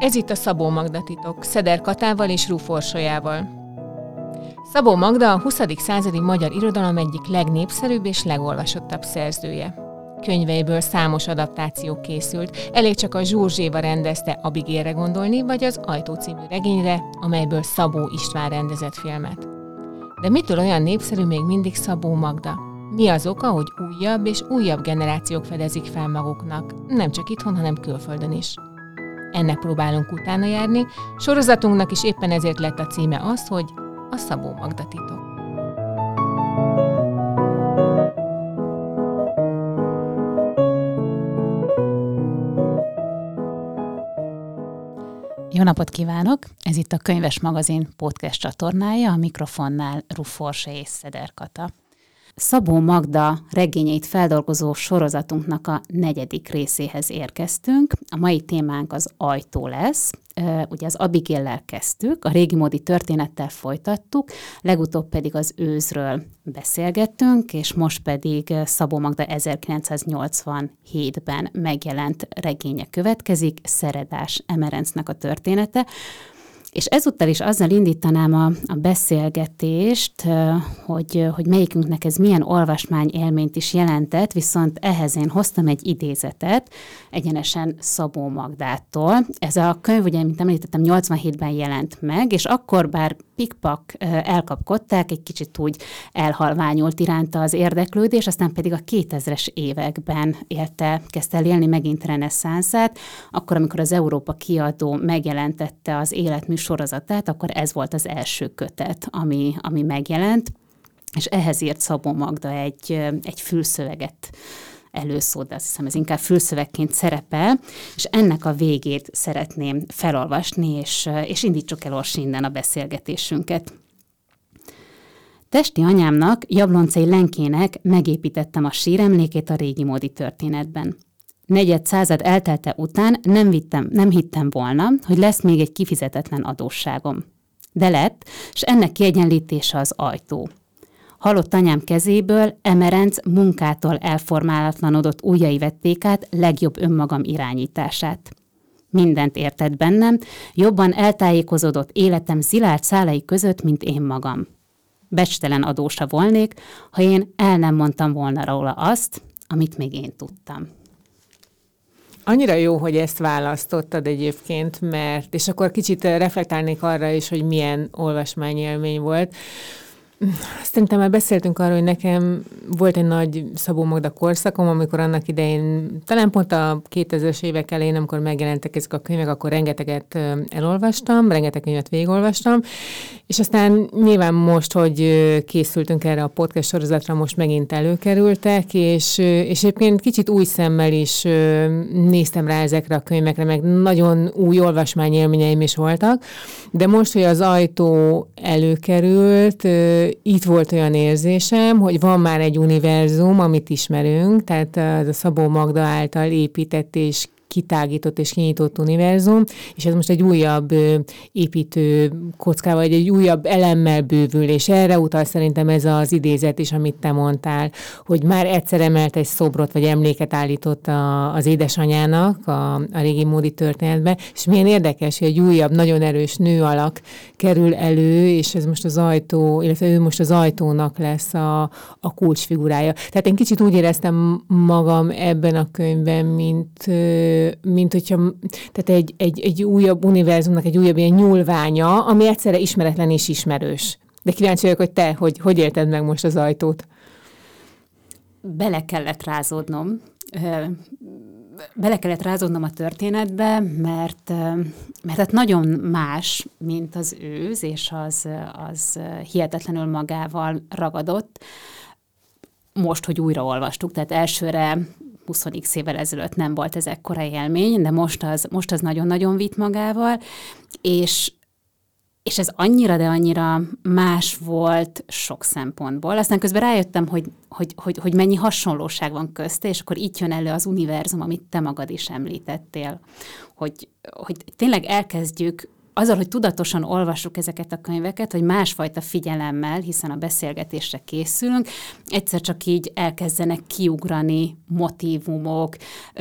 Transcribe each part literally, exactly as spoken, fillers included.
Ez itt a Szabó Magda titok, Szeder Katával és Rúforsolyával. Szabó Magda a huszadik századi magyar irodalom egyik legnépszerűbb és legolvasottabb szerzője. Könyveiből számos adaptáció készült, elég csak a Zsurzséva rendezte Abigélre gondolni, vagy az Ajtó című regényre, amelyből Szabó István rendezett filmet. De mitől olyan népszerű még mindig Szabó Magda? Mi az oka, hogy újabb és újabb generációk fedezik fel maguknak, nem csak itthon, hanem külföldön is? Ennek próbálunk utána járni, sorozatunknak is éppen ezért lett a címe az, hogy a Szabó Magda titok. Jó napot kívánok! Ez itt a Könyves Magazin podcast csatornája, a mikrofonnál Rúforsoly és Szeder Kata. Szabó Magda regényeit feldolgozó sorozatunknak a negyedik részéhez érkeztünk. A mai témánk az Ajtó lesz. Ugye az Abigéllel kezdtük, a régimódi történettel folytattuk, legutóbb pedig az Őzről beszélgettünk, és most pedig Szabó Magda ezerkilencszáznyolcvanhétben megjelent regénye következik, Szeredás Emerencnek a története. És ezúttal is azzal indítanám a, a beszélgetést, hogy, hogy melyikünknek ez milyen olvasmány élményt is jelentett, viszont ehhez én hoztam egy idézetet, egyenesen Szabó Magdától. Ez a könyv, ugye, mint említettem, nyolcvanhétben jelent meg, és akkor bár pikpak elkapkodták, egy kicsit úgy elhalványult iránta az érdeklődés, aztán pedig a kétezres években élte, kezdte el élni megint reneszánszát, akkor, amikor az Európa kiadó megjelentette az életmű sorozatát, akkor ez volt az első kötet, ami, ami megjelent, és ehhez írt Szabó Magda egy, egy fülszöveget előszót, de azt hiszem, ez inkább fülszövegként szerepel, és ennek a végét szeretném felolvasni, és, és indítsuk el Orsi innen a beszélgetésünket. Testi anyámnak, Jabloncai Lenkének megépítettem a síremlékét a régimódi történetben. Negyed század eltelte után nem, vittem, nem hittem volna, hogy lesz még egy kifizetetlen adósságom. De lett, és ennek kiegyenlítése az Ajtó. Halott anyám kezéből Emerenc munkától elformálatlanodott ujjai vették át legjobb önmagam irányítását. Mindent értett bennem, jobban eltájékozódott életem szilárd szálai között, mint én magam. Becstelen adósa volnék, ha én el nem mondtam volna róla azt, amit még én tudtam. Annyira jó, hogy ezt választottad egyébként, mert, és akkor kicsit reflektálnék arra is, hogy milyen olvasmányélmény volt. Szerintem már beszéltünk arról, hogy nekem volt egy nagy Szabó Magda korszakom, amikor annak idején, talán pont a kétezres évek elején, amikor megjelentek ezek a könyvek, akkor rengeteget elolvastam, rengeteg könyvet végigolvastam, és aztán nyilván most, hogy készültünk erre a podcast sorozatra, most megint előkerültek, és, és egyébként kicsit új szemmel is néztem rá ezekre a könyvekre, meg nagyon új olvasmányélményeim is voltak, de most, hogy az Ajtó előkerült, itt volt olyan érzésem, hogy van már egy univerzum, amit ismerünk, tehát az a Szabó Magda által épített és kitágított és kinyitott univerzum, és ez most egy újabb építő kockával, vagy egy újabb elemmel bővül, és erre utal szerintem ez az idézet is, amit te mondtál, hogy már egyszer emelt egy szobrot, vagy emléket állított a, az édesanyának a, a régimódi történetbe, és milyen érdekes, hogy egy újabb, nagyon erős nő alak kerül elő, és ez most az Ajtó, illetve ő most az Ajtónak lesz a, a kulcsfigurája. Tehát én kicsit úgy éreztem magam ebben a könyvben, mint mint hogyha tehát egy, egy, egy újabb univerzumnak egy újabb ilyen nyúlványa, ami egyszerre ismeretlen és ismerős. De kíváncsi vagyok, hogy te, hogy, hogy élted meg most az Ajtót? Bele kellett rázódnom. Bele kellett rázódnom a történetbe, mert, mert hát nagyon más, mint az Őz, és az, az hihetetlenül magával ragadott. Most, hogy újra olvastuk, tehát elsőre húsz évvel ezelőtt nem volt ez ekkora élmény, de most az, most az nagyon-nagyon vitt magával, és, és ez annyira, de annyira más volt sok szempontból. Aztán közben rájöttem, hogy, hogy, hogy, hogy mennyi hasonlóság van közte, és akkor itt jön elő az univerzum, amit te magad is említettél, hogy, hogy tényleg elkezdjük azzal, hogy tudatosan olvassuk ezeket a könyveket, vagy másfajta figyelemmel, hiszen a beszélgetésre készülünk, egyszer csak így elkezdenek kiugrani motívumok,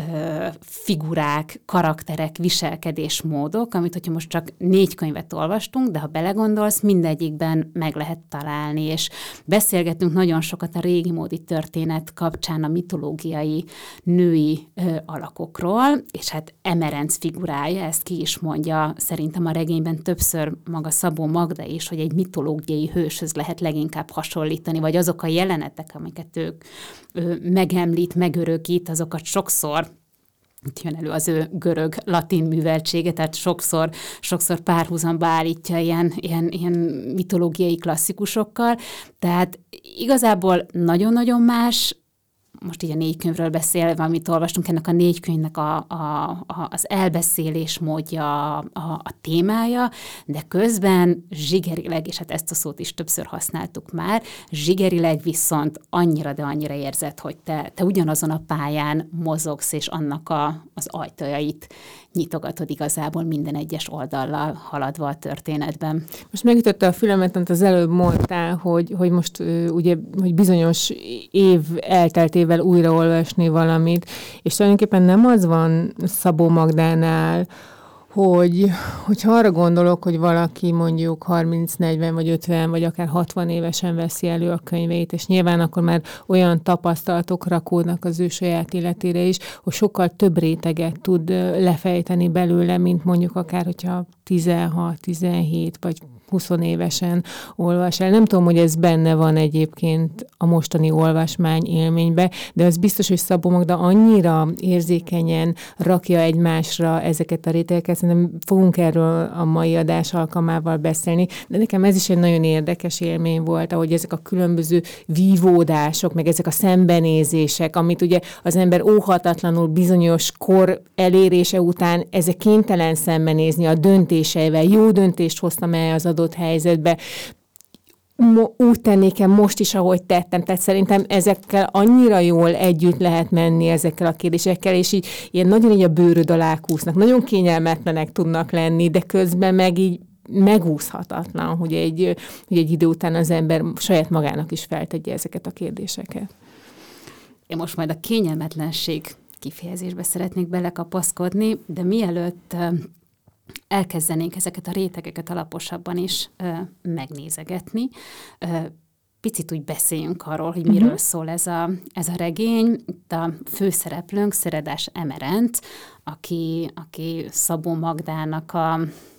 figurák, karakterek, viselkedésmódok, amit hogyha most csak négy könyvet olvastunk, de ha belegondolsz, mindegyikben meg lehet találni, és beszélgetünk nagyon sokat a régi módi történet kapcsán a mitológiai női alakokról, és hát Emerenc figurája, ezt ki is mondja szerintem a regényben többször maga Szabó Magda is, hogy egy mitológiai hőshöz lehet leginkább hasonlítani, vagy azok a jelenetek, amiket ők ő megemlít, megörökít, azokat sokszor itt jön elő az ő görög-latin műveltsége, tehát sokszor, sokszor párhuzamba állítja ilyen, ilyen, ilyen mitológiai klasszikusokkal, tehát igazából nagyon-nagyon más, most így a négy könyvről beszélve, amit olvastunk, ennek a négy könyvnek a, a, a, az elbeszélés módja, a, a témája, de közben zsigerileg, és hát ezt a szót is többször használtuk már, zsigerileg viszont annyira, de annyira érzed, hogy te, te ugyanazon a pályán mozogsz, és annak a, az ajtajait nyitogatod igazából minden egyes oldallal haladva a történetben. Most megütötte a fülemet, amit az előbb mondtál, hogy, hogy most ugye, hogy bizonyos év elteltével újra olvasni valamit, és tulajdonképpen nem az van Szabó Magdánál, hogy, hogyha arra gondolok, hogy valaki mondjuk harminc, negyven, vagy ötven, vagy akár hatvan évesen veszi elő a könyveit, és nyilván akkor már olyan tapasztalatok rakódnak az ő saját életére is, hogy sokkal több réteget tud lefejteni belőle, mint mondjuk akár, hogyha tizenhat, tizenhét, vagy húsz évesen olvas el. Nem tudom, hogy ez benne van egyébként a mostani olvasmány élménybe, de az biztos, hogy Szabó Magda annyira érzékenyen rakja egymásra ezeket a rétegeket, szerintem fogunk erről a mai adás alkalmával beszélni, de nekem ez is egy nagyon érdekes élmény volt, ahogy ezek a különböző vívódások, meg ezek a szembenézések, amit ugye az ember óhatatlanul bizonyos kor elérése után ezek kénytelen szembenézni a döntéseivel. Jó döntést hoztam el az adott helyzetbe, Mo- úgy tennék-e most is, ahogy tettem. Tehát szerintem ezekkel annyira jól együtt lehet menni ezekkel a kérdésekkel, és így ilyen nagyon így a bőröd alá kúsznak. Nagyon kényelmetlenek tudnak lenni, de közben meg így megúszhatatlan, hogy egy, hogy egy idő után az ember saját magának is feltegye ezeket a kérdéseket. Én most majd a kényelmetlenség kifejezésbe szeretnék belekapaszkodni, de mielőtt elkezdenénk ezeket a rétegeket alaposabban is ö, megnézegetni. Ö, picit úgy beszéljünk arról, hogy miről uh-huh. szól ez a, ez a regény. Itt a főszereplőnk Szeredas Emerenc, aki, aki Szabó Magdának a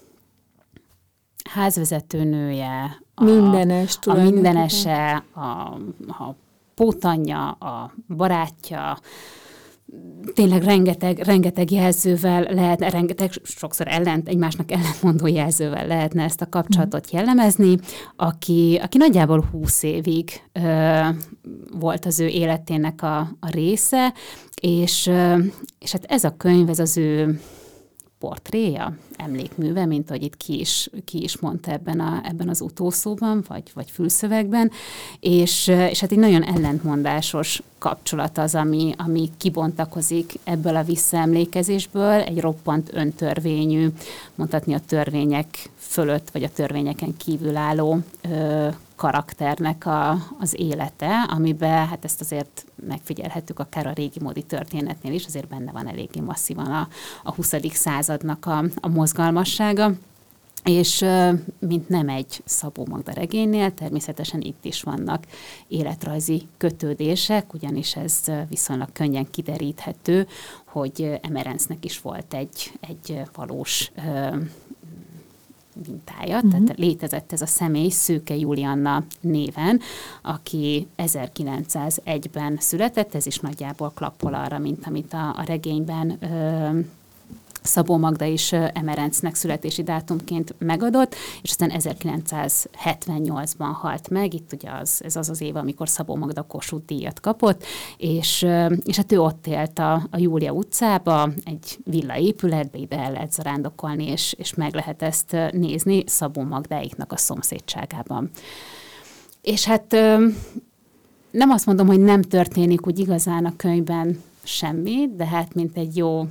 házvezetőnője, a mindenes, a mindenese, a, a pótanyja, a barátja, tényleg rengeteg, rengeteg jelzővel lehet, rengeteg, sokszor ellent, egymásnak ellentmondó jelzővel lehetne ezt a kapcsolatot jellemezni, aki, aki nagyjából húsz évig ö, volt az ő életének a, a része, és, ö, és hát ez a könyv, ez az ő portréja, emlékműve, mint ahogy itt ki is, ki is mondta ebben, a, ebben az utószóban, vagy, vagy fülszövegben, és, és hát egy nagyon ellentmondásos kapcsolat az, ami, ami kibontakozik ebből a visszaemlékezésből, egy roppant öntörvényű, mondhatni a törvények fölött, vagy a törvényeken kívül álló ö, karakternek a, az élete, amiben hát ezt azért megfigyelhettük akár a régi módi történetnél is, azért benne van eléggé masszívan a, a huszadik századnak a, a mozgalmassága, és mint nem egy Szabó Magda regénynél, természetesen itt is vannak életrajzi kötődések, ugyanis ez viszonylag könnyen kideríthető, hogy Emerencnek is volt egy, egy valós mintája, uh-huh. tehát létezett ez a személy Szőke Julianna néven, aki ezerkilencszázegyben született, ez is nagyjából klappol arra, mint amit a, a regényben ö, Szabó Magda is Emerencnek születési dátumként megadott, és aztán ezerkilencszázhetvennyolcban halt meg, itt ugye az, ez az az év, amikor Szabó Magda Kossuth díjat kapott, és, és hát ő ott élt a, a Júlia utcába, egy villaépületbe, ide el lehet zarándokolni, és, és meg lehet ezt nézni Szabó Magdáiknak a szomszédságában. És hát nem azt mondom, hogy nem történik úgy igazán a könyvben semmi, de hát mint egy jó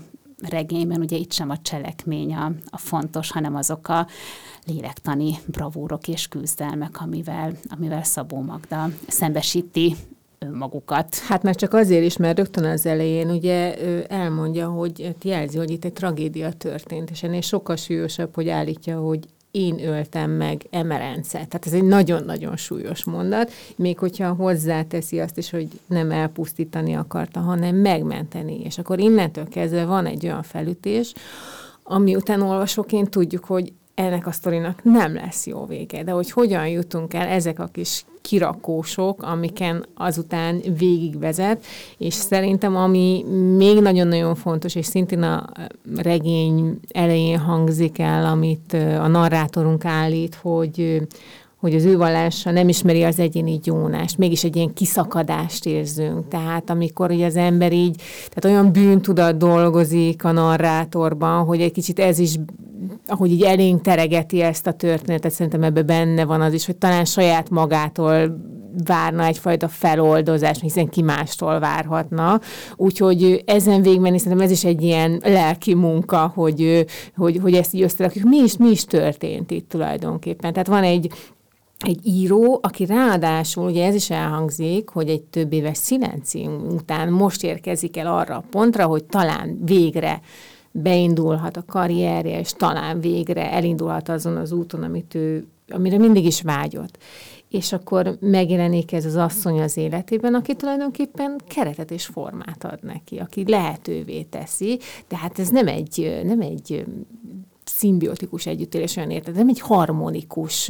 regényben ugye itt sem a cselekmény a, a fontos, hanem azok a lélektani bravúrok és küzdelmek, amivel, amivel Szabó Magda szembesíti önmagukat. Hát már csak azért is, mert rögtön az elején ugye elmondja, hogy jelzi, hogy itt egy tragédia történt, és ennél sokkal súlyosabb, hogy állítja, hogy én öltem meg Emerencet. Tehát ez egy nagyon-nagyon súlyos mondat, még hogyha hozzáteszi azt is, hogy nem elpusztítani akarta, hanem megmenteni. És akkor innentől kezdve van egy olyan felütés, ami után olvasóként tudjuk, hogy ennek a sztorinak nem lesz jó vége. De hogy hogyan jutunk el, ezek a kis kirakósok, amiken azután végigvezet, és szerintem ami még nagyon-nagyon fontos, és szintén a regény elején hangzik el, amit a narrátorunk állít, hogy hogy az ő vallása nem ismeri az egyéni gyónást, mégis egy ilyen kiszakadást érzünk. Tehát amikor ugye az ember így, tehát olyan bűntudat dolgozik a narrátorban, hogy egy kicsit ez is, ahogy így elénk teregeti ezt a történetet, szerintem ebben benne van az is, hogy talán saját magától várna egyfajta feloldozást, hiszen ki mástól várhatna. Úgyhogy ezen végigmenni szerintem ez is egy ilyen lelki munka, hogy, hogy, hogy ezt így összerakjuk. Mi is, mi is történt itt tulajdonképpen? Tehát van egy Egy író, aki ráadásul, ugye ez is elhangzik, hogy egy több éves szilencium után most érkezik el arra a pontra, hogy talán végre beindulhat a karrierje, és talán végre elindulhat azon az úton, amit ő, amire mindig is vágyott. És akkor megjelenik ez az asszony az életében, aki tulajdonképpen keretet és formát ad neki, aki lehetővé teszi, de hát ez nem egy, nem egy szimbiotikus együttélés olyan érted, nem egy harmonikus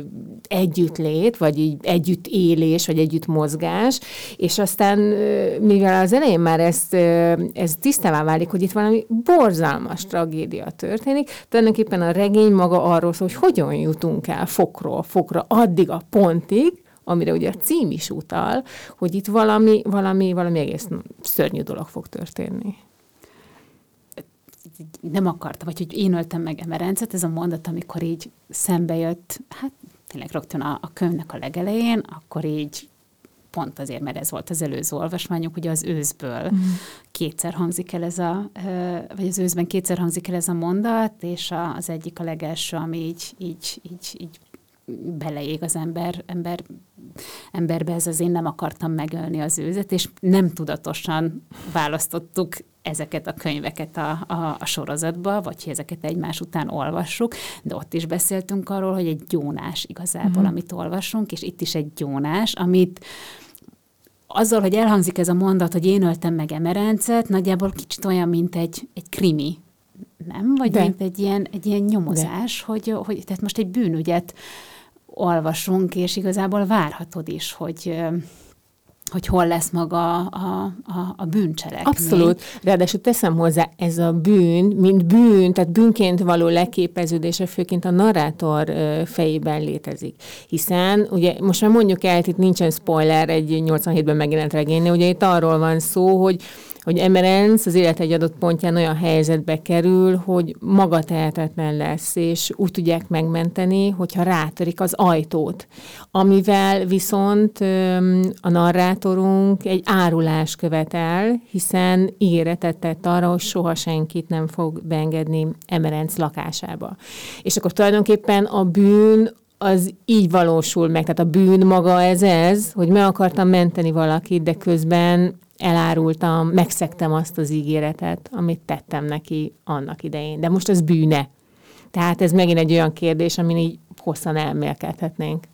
együttlét, vagy így együttélés, vagy együttmozgás, és aztán, mivel az elején már ezt, ez tisztává válik, hogy itt valami borzalmas tragédia történik, tulajdonképpen a regény maga arról szól, hogy hogyan jutunk el fokról fokra, addig a pontig, amire ugye a cím is utal, hogy itt valami, valami, valami egész szörnyű dolog fog történni. Nem akartam, vagy hogy én öltem meg Emerencet, ez a mondat, amikor így szembe jött, hát tényleg rögtön a, a könyvnek a legelején, akkor így pont azért, mert ez volt az előző olvasmányunk, ugye az őszből mm. kétszer hangzik el ez a, vagy az őszben kétszer hangzik el ez a mondat, és az egyik a legelső, ami így, így, így, így beleég az ember, ember, emberbe, ez az én nem akartam megölni az őzet, és nem tudatosan választottuk ezeket a könyveket a, a, a sorozatba, vagy ezeket egymás után olvassuk, de ott is beszéltünk arról, hogy egy gyónás igazából, mm-hmm. amit olvasunk, és itt is egy gyónás, amit azzal, hogy elhangzik ez a mondat, hogy én öltem meg Emerencet, nagyjából kicsit olyan, mint egy, egy krimi, nem? Vagy de. mint egy ilyen, egy ilyen nyomozás, hogy, hogy tehát most egy bűnügyet olvasunk, és igazából várhatod is, hogy hogy hol lesz maga a, a, a bűncselekmény. Abszolút. Ráadásul teszem hozzá, ez a bűn, mint bűn, tehát bűnként való leképeződése főként a narrátor fejében létezik. Hiszen, ugye most már mondjuk el, itt nincsen spoiler egy nyolcvanhétben megjelent regénynél, ugye itt arról van szó, hogy hogy Emerence az élet egy adott pontján olyan helyzetbe kerül, hogy magatehetetlen lesz, és úgy tudják megmenteni, hogyha rátörik az ajtót. Amivel viszont a narrátorunk egy árulást követel, hiszen ígéretet tett arra, hogy soha senkit nem fog beengedni Emerence lakásába. És akkor tulajdonképpen a bűn az így valósul meg. Tehát a bűn maga ez ez, hogy meg akartam menteni valakit, de közben elárultam, megszegtem azt az ígéretet, amit tettem neki annak idején. De most ez bűne. Tehát ez megint egy olyan kérdés, amin így hosszan elmélkedhetnénk.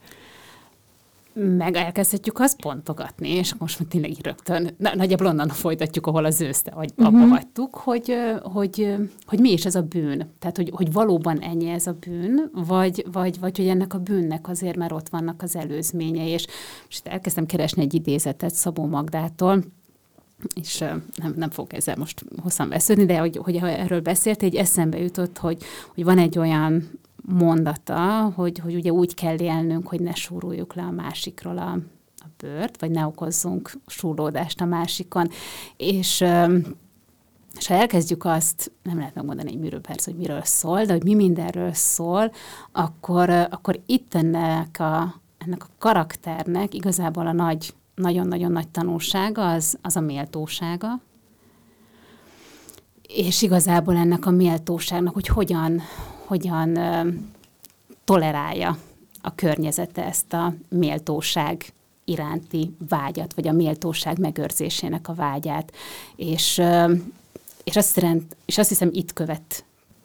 Meg elkezdhetjük azt pontogatni, és most már tényleg rögtön, na, nagyjából onnan folytatjuk, ahol az őszte, hogy uh-huh. abba hagytuk, hogy, hogy, hogy mi is ez a bűn. Tehát, hogy, hogy valóban ennyi ez a bűn, vagy, vagy, vagy hogy ennek a bűnnek azért már ott vannak az előzményei. És most elkezdtem keresni egy idézetet Szabó Magdától, és nem, nem fogok ezzel most hosszan vesződni, de hogy, hogy erről beszélt, egy eszembe jutott, hogy, hogy van egy olyan mondata, hogy, hogy ugye úgy kell élnünk, hogy ne súroljuk le a másikról a, a bőrt, vagy ne okozzunk súrlódást a másikon. És, és ha elkezdjük azt, nem lehet megmondani egy miről persze, hogy miről szól, de hogy mi mindenről szól, akkor, akkor itt ennek a, ennek a karakternek igazából a nagy nagyon-nagyon nagy tanulsága az, az a méltósága, és igazából ennek a méltóságnak, hogy hogyan, hogyan ö, tolerálja a környezete ezt a méltóság iránti vágyat, vagy a méltóság megőrzésének a vágyát. És, ö, és, azt szerint, és azt hiszem, itt követ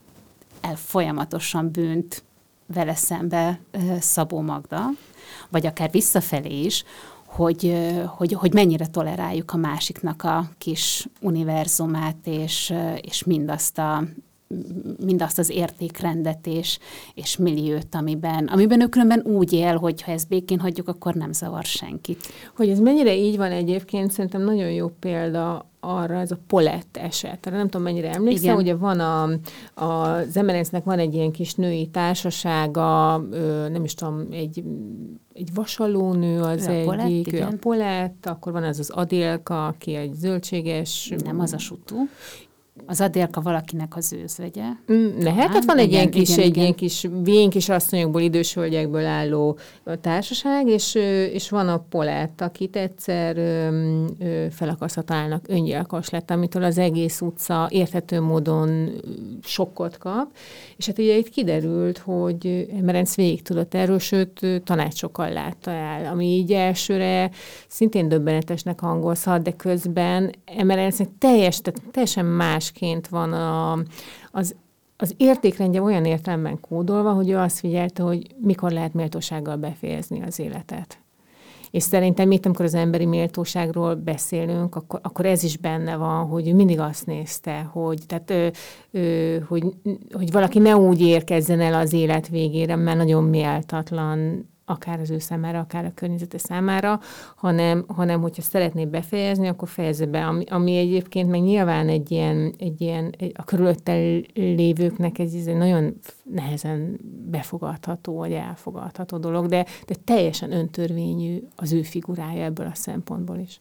el folyamatosan bűnt vele szembe ö, Szabó Magda, vagy akár visszafelé is, hogy, hogy, hogy mennyire toleráljuk a másiknak a kis univerzumát, és, és mindazt, a, mindazt az értékrendet és, és milliót, amiben, amiben ő különben úgy él, hogy ha ezt békén hagyjuk, akkor nem zavar senkit. Hogy ez mennyire így van egyébként, szerintem nagyon jó példa arra, ez a Paulette eset. Nem tudom, mennyire emlékszel, ugye van a, a, az Emerencenek van egy ilyen kis női társasága, ö, nem is tudom, egy, egy vasalónő az a egyik, Paulette, a Paulette, akkor van az az Adélka, aki egy zöldséges... Nem, az a Sutú. Az Adélka valakinek az őzvegye. Lehet, tehát van egy ilyen kis, igen, egy igen. ilyen kis vén kis asszonyokból, idős hölgyekből álló társaság, és, és van a Paulette, akit egyszer ö, ö, felakasztatálnak, öngyilkos lett, amitől az egész utca érthető módon sokkot kap, és hát ugye itt kiderült, hogy Emerence végig tudott erről, sőt tanácsokkal látta el, ami így elsőre szintén döbbenetesnek hangozhat, de közben Emerence teljes, tehát teljesen más másként van a, az, az értékrendje olyan értelemben kódolva, hogy ő azt figyelte, hogy mikor lehet méltósággal befejezni az életet. És szerintem itt, amikor az emberi méltóságról beszélünk, akkor, akkor ez is benne van, hogy ő mindig azt nézte, hogy, tehát, ö, ö, hogy, hogy valaki ne úgy érkezzen el az élet végére, mert nagyon méltatlan, akár az ő számára, akár a környezete számára, hanem, hanem hogyha szeretné befejezni, akkor fejezze be, ami, ami egyébként meg nyilván egy ilyen, egy ilyen a körülöttel lévőknek ez egy nagyon nehezen befogadható, vagy elfogadható dolog, de, de teljesen öntörvényű az ő figurája ebből a szempontból is.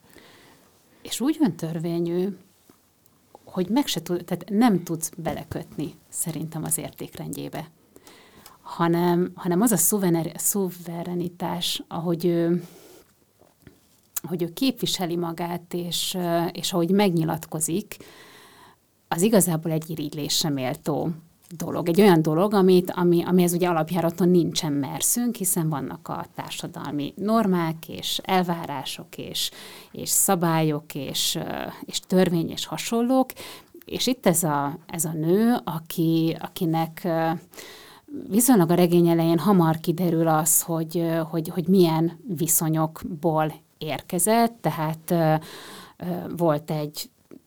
És úgy öntörvényű, hogy meg se tud, tehát nem tudsz belekötni szerintem az értékrendjébe. Hanem, hanem az a szuvener, szuverenitás, ahogy ő, ahogy ő képviseli magát, és, és ahogy megnyilatkozik, az igazából egy irigylésre méltó dolog. Egy olyan dolog, amit, ami, amihez ugye alapjáraton nincsen merszünk, hiszen vannak a társadalmi normák, és elvárások, és, és szabályok, és, és törvény, és hasonlók. És itt ez a, ez a nő, aki, akinek... viszonylag a regény elején hamar kiderül az, hogy, hogy, hogy milyen viszonyokból érkezett, tehát uh, uh, volt egy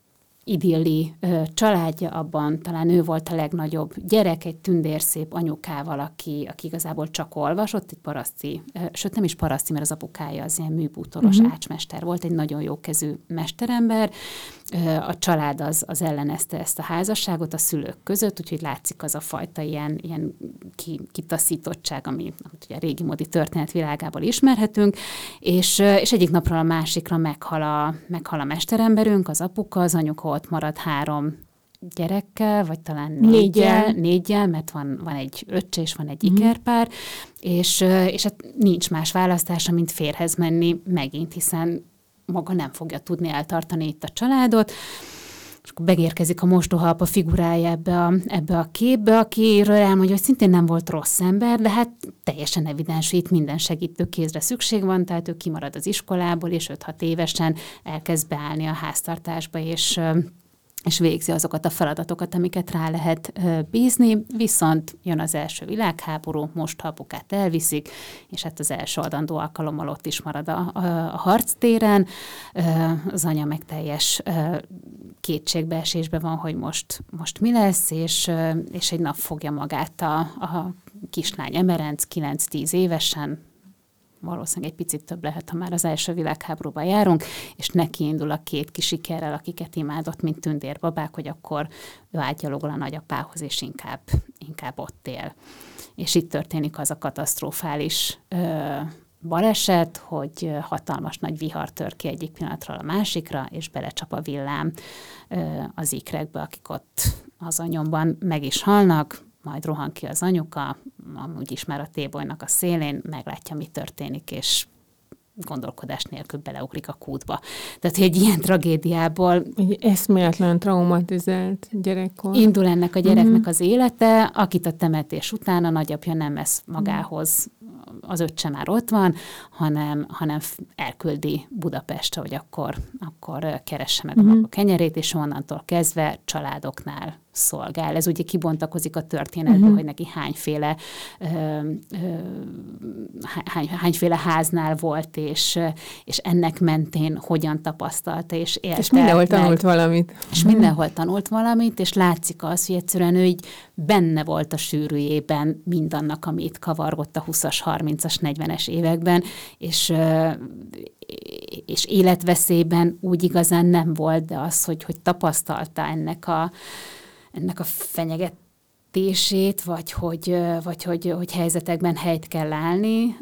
idilli uh, családja, abban talán ő volt a legnagyobb gyerek, egy tündérszép anyukával, aki, aki igazából csak olvasott, egy paraszti, uh, sőt nem is paraszti, mert az apukája az ilyen műbútoros uh-huh. ácsmester volt, egy nagyon jókezű mesterember. Uh, a család az, az ellenezte ezt a házasságot a szülők között, úgyhogy látszik az a fajta ilyen, ilyen ki, kitaszítottság, ami, amit ugye a régi módi történetvilágából ismerhetünk, és, uh, és egyik napról a másikra meghal a, meghal a mesteremberünk, az apuka, az anyuka ott marad három gyerekkel, vagy talán négyel, négyel, mert van, van egy öccse és van egy mm. ikerpár, és, és hát nincs más választása, mint férjhez menni megint, hiszen maga nem fogja tudni eltartani itt a családot, és akkor megérkezik a mostohaapa figurája ebbe a, ebbe a képbe, akiről elmondja, hogy szintén nem volt rossz ember, de hát teljesen evidens, hogy itt minden segítő kézre szükség van, tehát ő kimarad az iskolából, és öt-hat évesen elkezd beállni a háztartásba, és és végzi azokat a feladatokat, amiket rá lehet uh, bízni, viszont jön az első világháború, most apukát elviszik, és hát az első adandó alkalommal ott is marad a, a, a harctéren. Uh, az anya meg teljes uh, kétségbeesésben van, hogy most, most mi lesz, és, uh, és egy nap fogja magát a, a kislány Emerence, kilenc-tíz évesen, valószínűleg egy picit több lehet, ha már az első világháborúban járunk, és neki indul a két kis sikerrel, akiket imádott, mint tündérbabák, hogy akkor ő átgyalogol a nagyapához, és inkább, inkább ott él. És itt történik az a katasztrofális ö, baleset, hogy hatalmas nagy vihar tör ki egyik pillanatról a másikra, és belecsap a villám ö, az ikrekbe, akik ott az anyomban meg is halnak, majd rohan ki az anyuka, amúgy is már a tébolynak a szélén, meglátja, mi történik, és gondolkodás nélkül beleugrik a kútba. Tehát, hogy egy ilyen tragédiából egy eszméletlen traumatizált gyerekkor. Indul ennek a gyereknek mm-hmm. az élete, akit a temetés után a nagyapja nem vesz magához, az öccse már ott van, hanem, hanem elküldi Budapestre, hogy akkor, akkor keresse meg mm-hmm. a maga kenyerét, és onnantól kezdve családoknál szolgál. Ez ugye kibontakozik a történetből, uh-huh. hogy neki hányféle, ö, ö, hány, hányféle háznál volt, és, és ennek mentén hogyan tapasztalta, és élte. És mindenhol meg, tanult valamit. És mindenhol tanult valamit, és látszik az, hogy egyszerűen ő így benne volt a sűrűjében mindannak, ami itt kavargott a huszas, harmincas, negyvenes években, és és életveszélyben úgy igazán nem volt, de az, hogy, hogy tapasztalta ennek a ennek a fenyegetését, vagy hogy, vagy hogy, hogy helyzetekben helyt kell állni,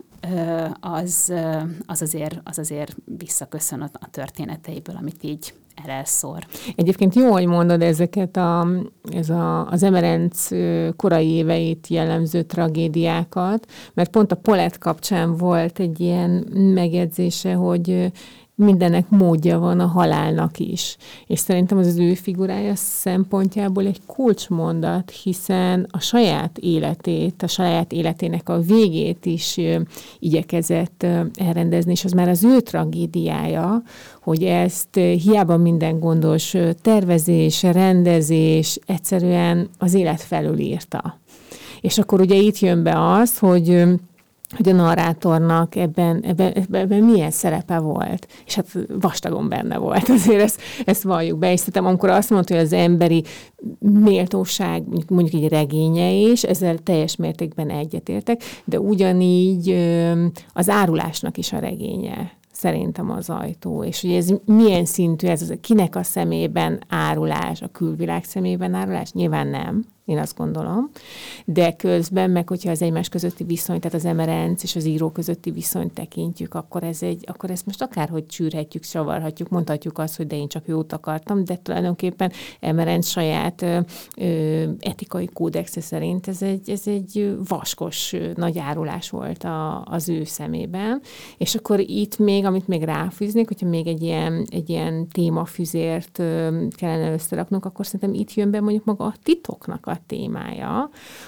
az, az, azért, az azért visszaköszön a történeteiből, amit így elszór. Egyébként jó, hogy mondod ezeket a, ez a, az Emerenc korai éveit jellemző tragédiákat, mert pont a Paulette kapcsán volt egy ilyen megjegyzése, hogy mindennek módja van, a halálnak is. És szerintem az az ő figurája szempontjából egy kulcsmondat, hiszen a saját életét, a saját életének a végét is igyekezett elrendezni, és az már az ő tragédiája, hogy ezt hiába minden gondos tervezés, rendezés egyszerűen az élet felülírta. És akkor ugye itt jön be az, hogy hogy a narrátornak ebben, ebben, ebben milyen szerepe volt. És hát vastagon benne volt. Azért ezt, ezt valljuk be. És szerintem, amikor azt mondta, hogy az emberi méltóság, mondjuk egy regénye is, ezzel teljes mértékben egyetértek, de ugyanígy az árulásnak is a regénye. Szerintem az Ajtó. És ugye ez milyen szintű, ez az, kinek a szemében árulás, a külvilág szemében árulás? Nyilván nem. Én azt gondolom. De közben, meg hogyha az egymás közötti viszony, tehát az Emerenc és az író közötti viszonyt tekintjük, akkor, ez egy, akkor ezt most akárhogy csűrhetjük, csavarhatjuk, mondhatjuk azt, hogy de én csak jót akartam, de tulajdonképpen Emerenc saját ö, ö, etikai kódexe szerint ez egy, ez egy vaskos ö, nagy árulás volt a, az ő szemében. És akkor itt még, amit még ráfűznék, hogyha még egy ilyen, egy ilyen témafüzért ö, kellene összeraknunk, akkor szerintem itt jön be mondjuk maga a titoknak a témája,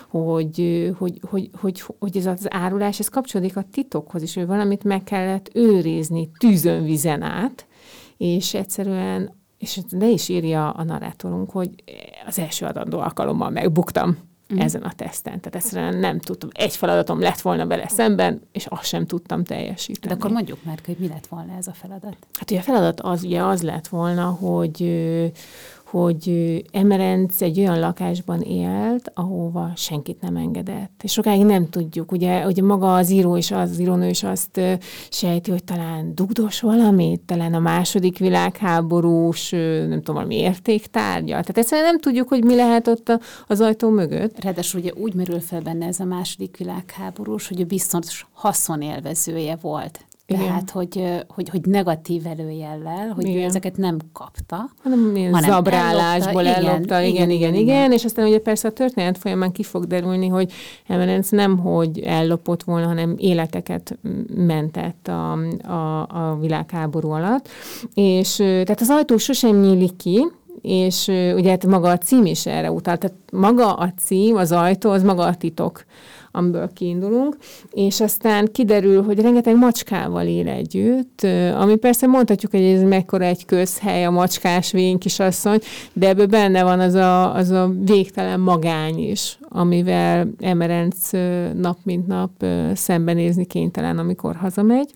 hogy, hogy, hogy, hogy, hogy ez az árulás, ez kapcsolódik a titokhoz is, hogy valamit meg kellett őrizni tűzön, vizen át, és egyszerűen, és de is írja a narrátorunk, hogy az első adandó alkalommal megbuktam mm. ezen a teszten. Tehát egyszerűen nem tudtam, egy feladatom lett volna vele szemben, és azt sem tudtam teljesíteni. De akkor mondjuk már, hogy mi lett volna ez a feladat? Hát ugye a feladat az, ugye az lett volna, hogy hogy Emerenc egy olyan lakásban élt, ahova senkit nem engedett. És sokáig nem tudjuk. Ugye, ugye maga az író és az, az írónő is azt sejti, hogy talán dugdos valamit, talán a második világháborús, nem tudom, valami értéktárgya. Tehát egyszerűen nem tudjuk, hogy mi lehet ott az ajtó mögött. Ráadásul ugye úgy merül fel benne ez a második világháborús, hogy ő biztos haszonélvezője volt. Tehát, hogy, hogy, hogy negatív előjellel, hogy igen. ő ezeket nem kapta, hanem, hanem zabrálásból ellopta. ellopta. Igen, igen, igen, igen, igen. És aztán ugye persze a történet folyamán ki fog derülni, hogy Emerenc nem, hogy ellopott volna, hanem életeket mentett a, a, a világháború alatt. És tehát az ajtó sosem nyílik ki, és ugye hát maga a cím is erre utal. Tehát maga a cím, az ajtó, az maga a titok, amiből kiindulunk, és aztán kiderül, hogy rengeteg macskával él együtt, ami persze mondhatjuk, hogy ez mekkora egy közhely, a macskás vén kisasszony, de ebből benne van az a, az a végtelen magány is, amivel Emerenc nap mint nap szembenézni kénytelen, amikor hazamegy.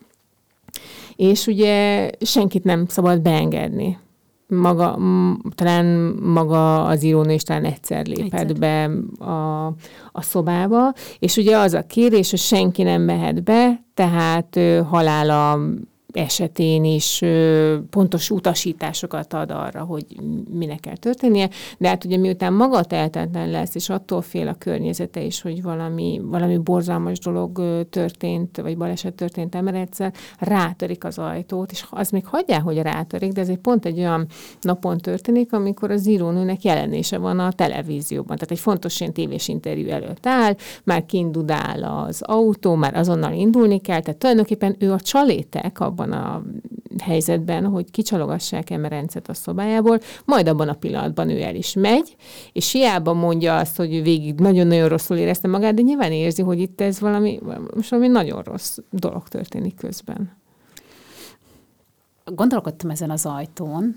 És ugye senkit nem szabad beengedni. Maga, talán maga az írónő is talán egyszer lépett egyszer. be a, a szobába, és ugye az a kérés, hogy senki nem mehet be, tehát halála esetén is pontos utasításokat ad arra, hogy minek kell történnie, de hát ugye miután maga tehetetlen lesz, és attól fél a környezete is, hogy valami, valami borzalmas dolog történt, vagy baleset történt Emerenccel, rátörik az ajtót, és az még hagyják, hogy rátörik, de ez egy pont egy olyan napon történik, amikor az írónőnek jelenése van a televízióban. Tehát egy fontos ilyen tévés interjú előtt áll, már kint dudál az autó, már azonnal indulni kell, tehát tulajdonképpen ő a csalétek abban a helyzetben, hogy kicsalogassák Emerencet a szobájából, majd abban a pillanatban ő el is megy, és hiába mondja azt, hogy ő végig nagyon-nagyon rosszul érezte magát, de nyilván érzi, hogy itt ez valami, most valami nagyon rossz dolog történik közben. Gondolkodtam ezen az ajtón,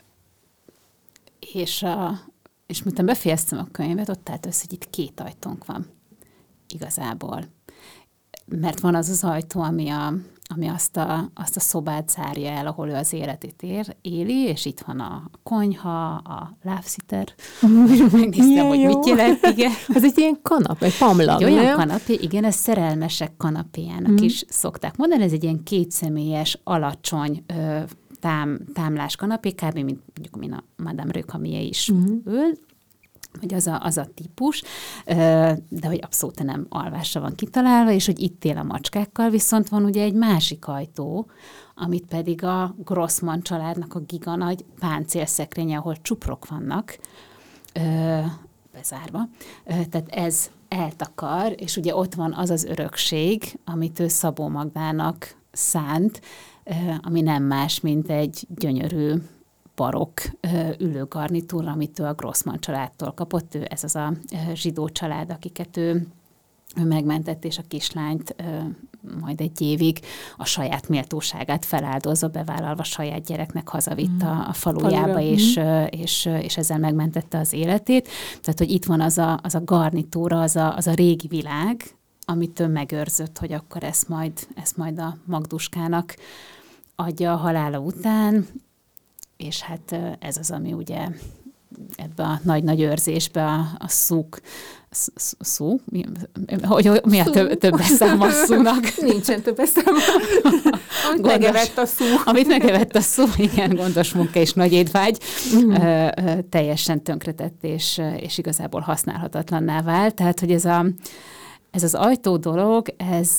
és, a, és miután befejeztem a könyvet, ott állt össze, hogy itt két ajtónk van igazából. Mert van az az ajtó, ami, a, ami azt, a, azt a szobát zárja el, ahol ő az életét ér, éli, és itt van a konyha, a lávsziter. Megnéztem, hogy mit jelent, igen. Ez egy ilyen kanap, egy pamlag, egy olyan nem? kanapé, igen, ez szerelmesek kanapéjának mm. is szokták mondani, ez egy ilyen kétszemélyes, alacsony ö, tám, támlás kanapé, kb. mint mondjuk, mint a Madame Récamier is mm. ül, hogy az a, az a típus, de hogy abszolút nem alvásra van kitalálva, és hogy itt él a macskákkal, viszont van ugye egy másik ajtó, amit pedig a Grossman családnak a giganagy páncélszekrénye, ahol csuprok vannak, bezárva. Tehát ez eltakar, és ugye ott van az az örökség, amit ő Szabó Magdának szánt, ami nem más, mint egy gyönyörű barokk ülőgarnitúra, amit ő a Grossman családtól kapott. Ő, ez az a zsidó család, akiket ő, ő megmentett, és a kislányt majd egy évig a saját méltóságát feláldozva, bevállalva saját gyereknek hazavitt a, a falujába, és, és, és ezzel megmentette az életét. Tehát, hogy itt van az a, az a garnitúra, az a, az a régi világ, amit ő megőrzött, hogy akkor ezt majd, ezt majd a Magduskának adja a halála után, és hát ez az, ami ugye ebbe a nagy-nagy őrzésbe a, a szúk, szú? Mi, hogy, mi a több, többes szám a szúnak? Nincsen többes szám. Amit gondos, megevett a szú. Amit megevett a szú, igen, gondos munka és nagy étvágy. Mm. Ö, ö, teljesen tönkretett, és, és igazából használhatatlanná vált. Tehát, hogy ez, a, ez az ajtó dolog, ez,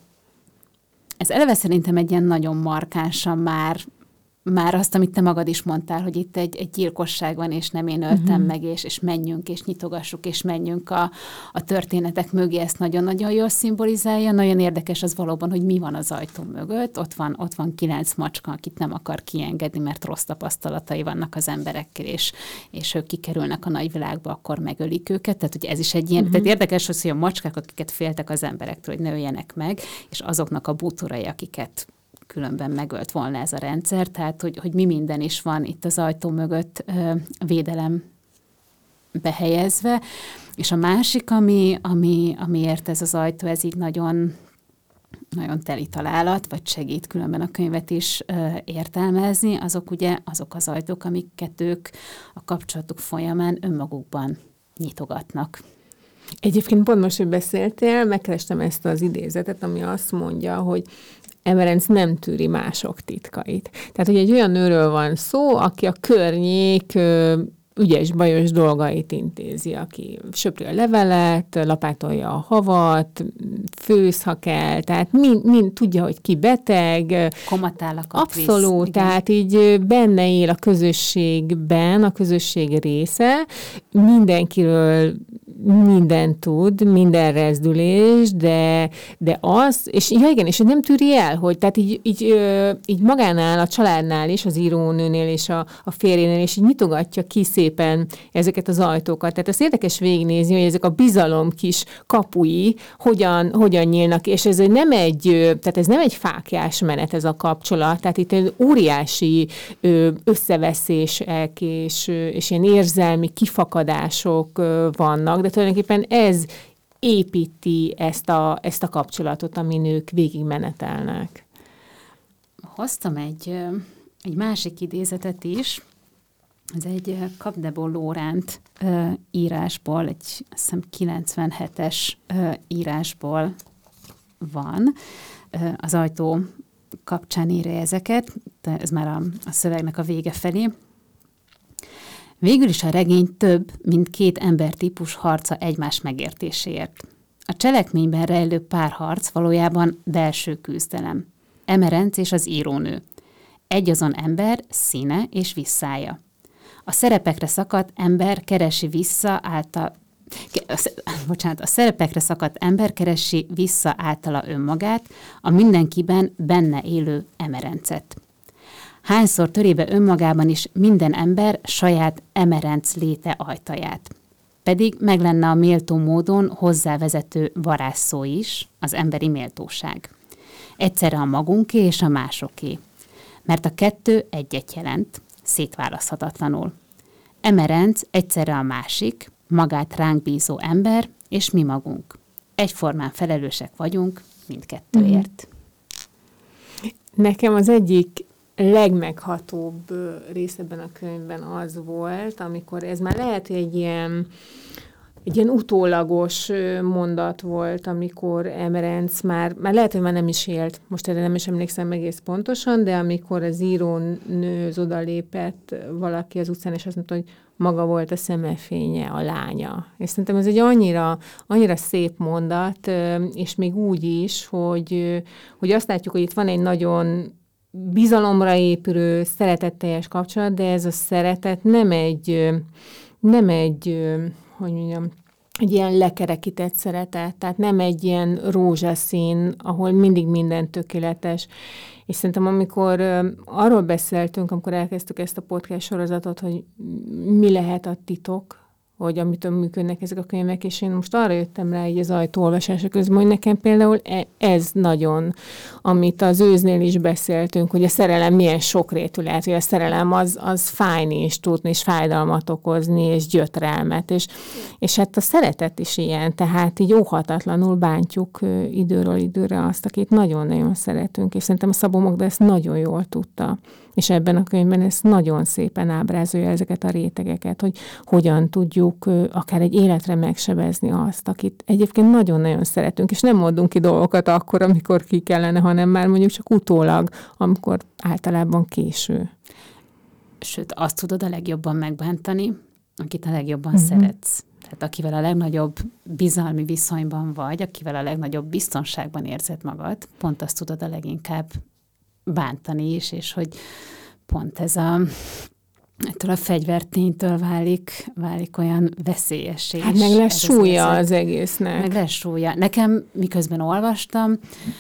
ez eleve szerintem egy ilyen nagyon markánsan már Már azt, amit te magad is mondtál, hogy itt egy, egy gyilkosság van, és nem én öltem uh-huh. meg, és, és menjünk, és nyitogassuk, és menjünk a, a történetek mögé, ezt nagyon-nagyon jól szimbolizálja. Nagyon érdekes az valóban, hogy mi van az ajtó mögött. Ott van, ott van kilenc macska, akit nem akar kiengedni, mert rossz tapasztalatai vannak az emberekkel, és, és ők kikerülnek a nagyvilágba, akkor megölik őket. Tehát, hogy ez is egy ilyen, uh-huh. tehát érdekes az, hogy a macskák, akiket féltek az emberektől, hogy ne öljenek meg, és azoknak a bútorai, akiket különben megölt volna ez a rendszer, tehát hogy, hogy mi minden is van itt az ajtó mögött ö, védelem behelyezve. És a másik, ami, ami, amiért ez az ajtó, ez így nagyon, nagyon teli találat, vagy segít különben a könyvet is ö, értelmezni, azok ugye azok az ajtók, amiket ők a kapcsolatuk folyamán önmagukban nyitogatnak. Egyébként pont most, hogy beszéltél, megkerestem ezt az idézetet, ami azt mondja, hogy Emerenc nem tűri mások titkait. Tehát, hogy egy olyan nőről van szó, aki a környék ö, ügyes, bajos dolgait intézi, aki söpri a levelet, lapátolja a havat, főz, ha kell, tehát mind, mind tudja, hogy ki beteg. Komatálakat abszolút, visz, tehát így benne él a közösségben, a közösség része, mindenkiről mindent tud, minden rezdülés, de, de az, és ja igen, és nem tűri el, hogy tehát így, így, így magánál, a családnál is, az írónőnél és a, a férjénél, és így nyitogatja ki szépen ezeket az ajtókat. Tehát az érdekes végignézni, hogy ezek a bizalom kis kapui hogyan, hogyan nyílnak, és ez nem egy, tehát ez nem egy fáklyás menet ez a kapcsolat, tehát itt egy óriási összeveszések és, és ilyen érzelmi kifakadások vannak, de tulajdonképpen ez építi ezt a, ezt a kapcsolatot, amin ők végigmenetelnek. Hoztam egy, egy másik idézetet is, ez egy Capdebaud Laurent írásból, egy azt hiszem kilencvenhetes írásból van. Az ajtó kapcsán írja ezeket, de ez már a, a szövegnek a vége felé. Végül is a regény több, mint két embertípus harca egymás megértéséért. A cselekményben rejlő párharc valójában belső küzdelem. Emerenc és az írónő. Egyazon ember színe és visszája. A szerepekre szakadt ember keresi vissza által... Bocsánat, a szerepekre szakadt ember keresi vissza általa önmagát, a mindenkiben benne élő Emerencet. Hányszor törébe önmagában is minden ember saját Emerenc léte ajtaját. Pedig meg lenne a méltó módon hozzávezető varázsszó is, az emberi méltóság. Egyszerre a magunké és a másoké. Mert a kettő egyet jelent, szétválaszthatatlanul. Emerenc egyszerre a másik, magát ránk bízó ember, és mi magunk. Egyformán felelősek vagyunk mindkettőért. Nekem az egyik legmeghatóbb rész ebben a könyvben az volt, amikor ez már lehet, hogy egy ilyen, egy ilyen utólagos mondat volt, amikor Emerenc már, már lehet, hogy már nem is élt, most erre nem is emlékszem egész pontosan, de amikor az írónőhöz odalépett valaki az utcán, és azt mondta, hogy maga volt a szemefénye, a lánya. És szerintem ez egy annyira, annyira szép mondat, és még úgy is, hogy, hogy azt látjuk, hogy itt van egy nagyon bizalomra épülő, szeretetteljes kapcsolat, de ez a szeretet nem egy, nem egy, hogy mondjam, egy ilyen lekerekített szeretet, tehát nem egy ilyen rózsaszín, ahol mindig minden tökéletes. És szerintem, amikor arról beszéltünk, amikor elkezdtük ezt a podcast sorozatot, hogy mi lehet a titok, hogy amitől működnek ezek a könyvek, és én most arra jöttem rá így az ajtóolvasása közben, hogy nekem például ez nagyon, amit az őznél is beszéltünk, hogy a szerelem milyen sokrétű lehet, hogy a szerelem az, az fájni is tudni, és fájdalmat okozni, és gyötrelmet, és, és hát a szeretet is ilyen, tehát így óhatatlanul bántjuk időről időre azt, akit nagyon-nagyon szeretünk, és szerintem a Szabó Magda ezt nagyon jól tudta. És ebben a könyvben ez nagyon szépen ábrázolja ezeket a rétegeket, hogy hogyan tudjuk akár egy életre megsebezni azt, akit egyébként nagyon-nagyon szeretünk, és nem mondunk ki dolgokat akkor, amikor ki kellene, hanem már mondjuk csak utólag, amikor általában késő. Sőt, azt tudod a legjobban megbántani, akit a legjobban uh-huh. szeretsz. Tehát akivel a legnagyobb bizalmi viszonyban vagy, akivel a legnagyobb biztonságban érzed magad, pont azt tudod a leginkább bántani is, és hogy pont ez a, ettől a fegyverténytől válik, válik olyan veszélyessé. Hát meg lesz súlya az, az egésznek. Meg lesz súlya. Nekem, miközben olvastam,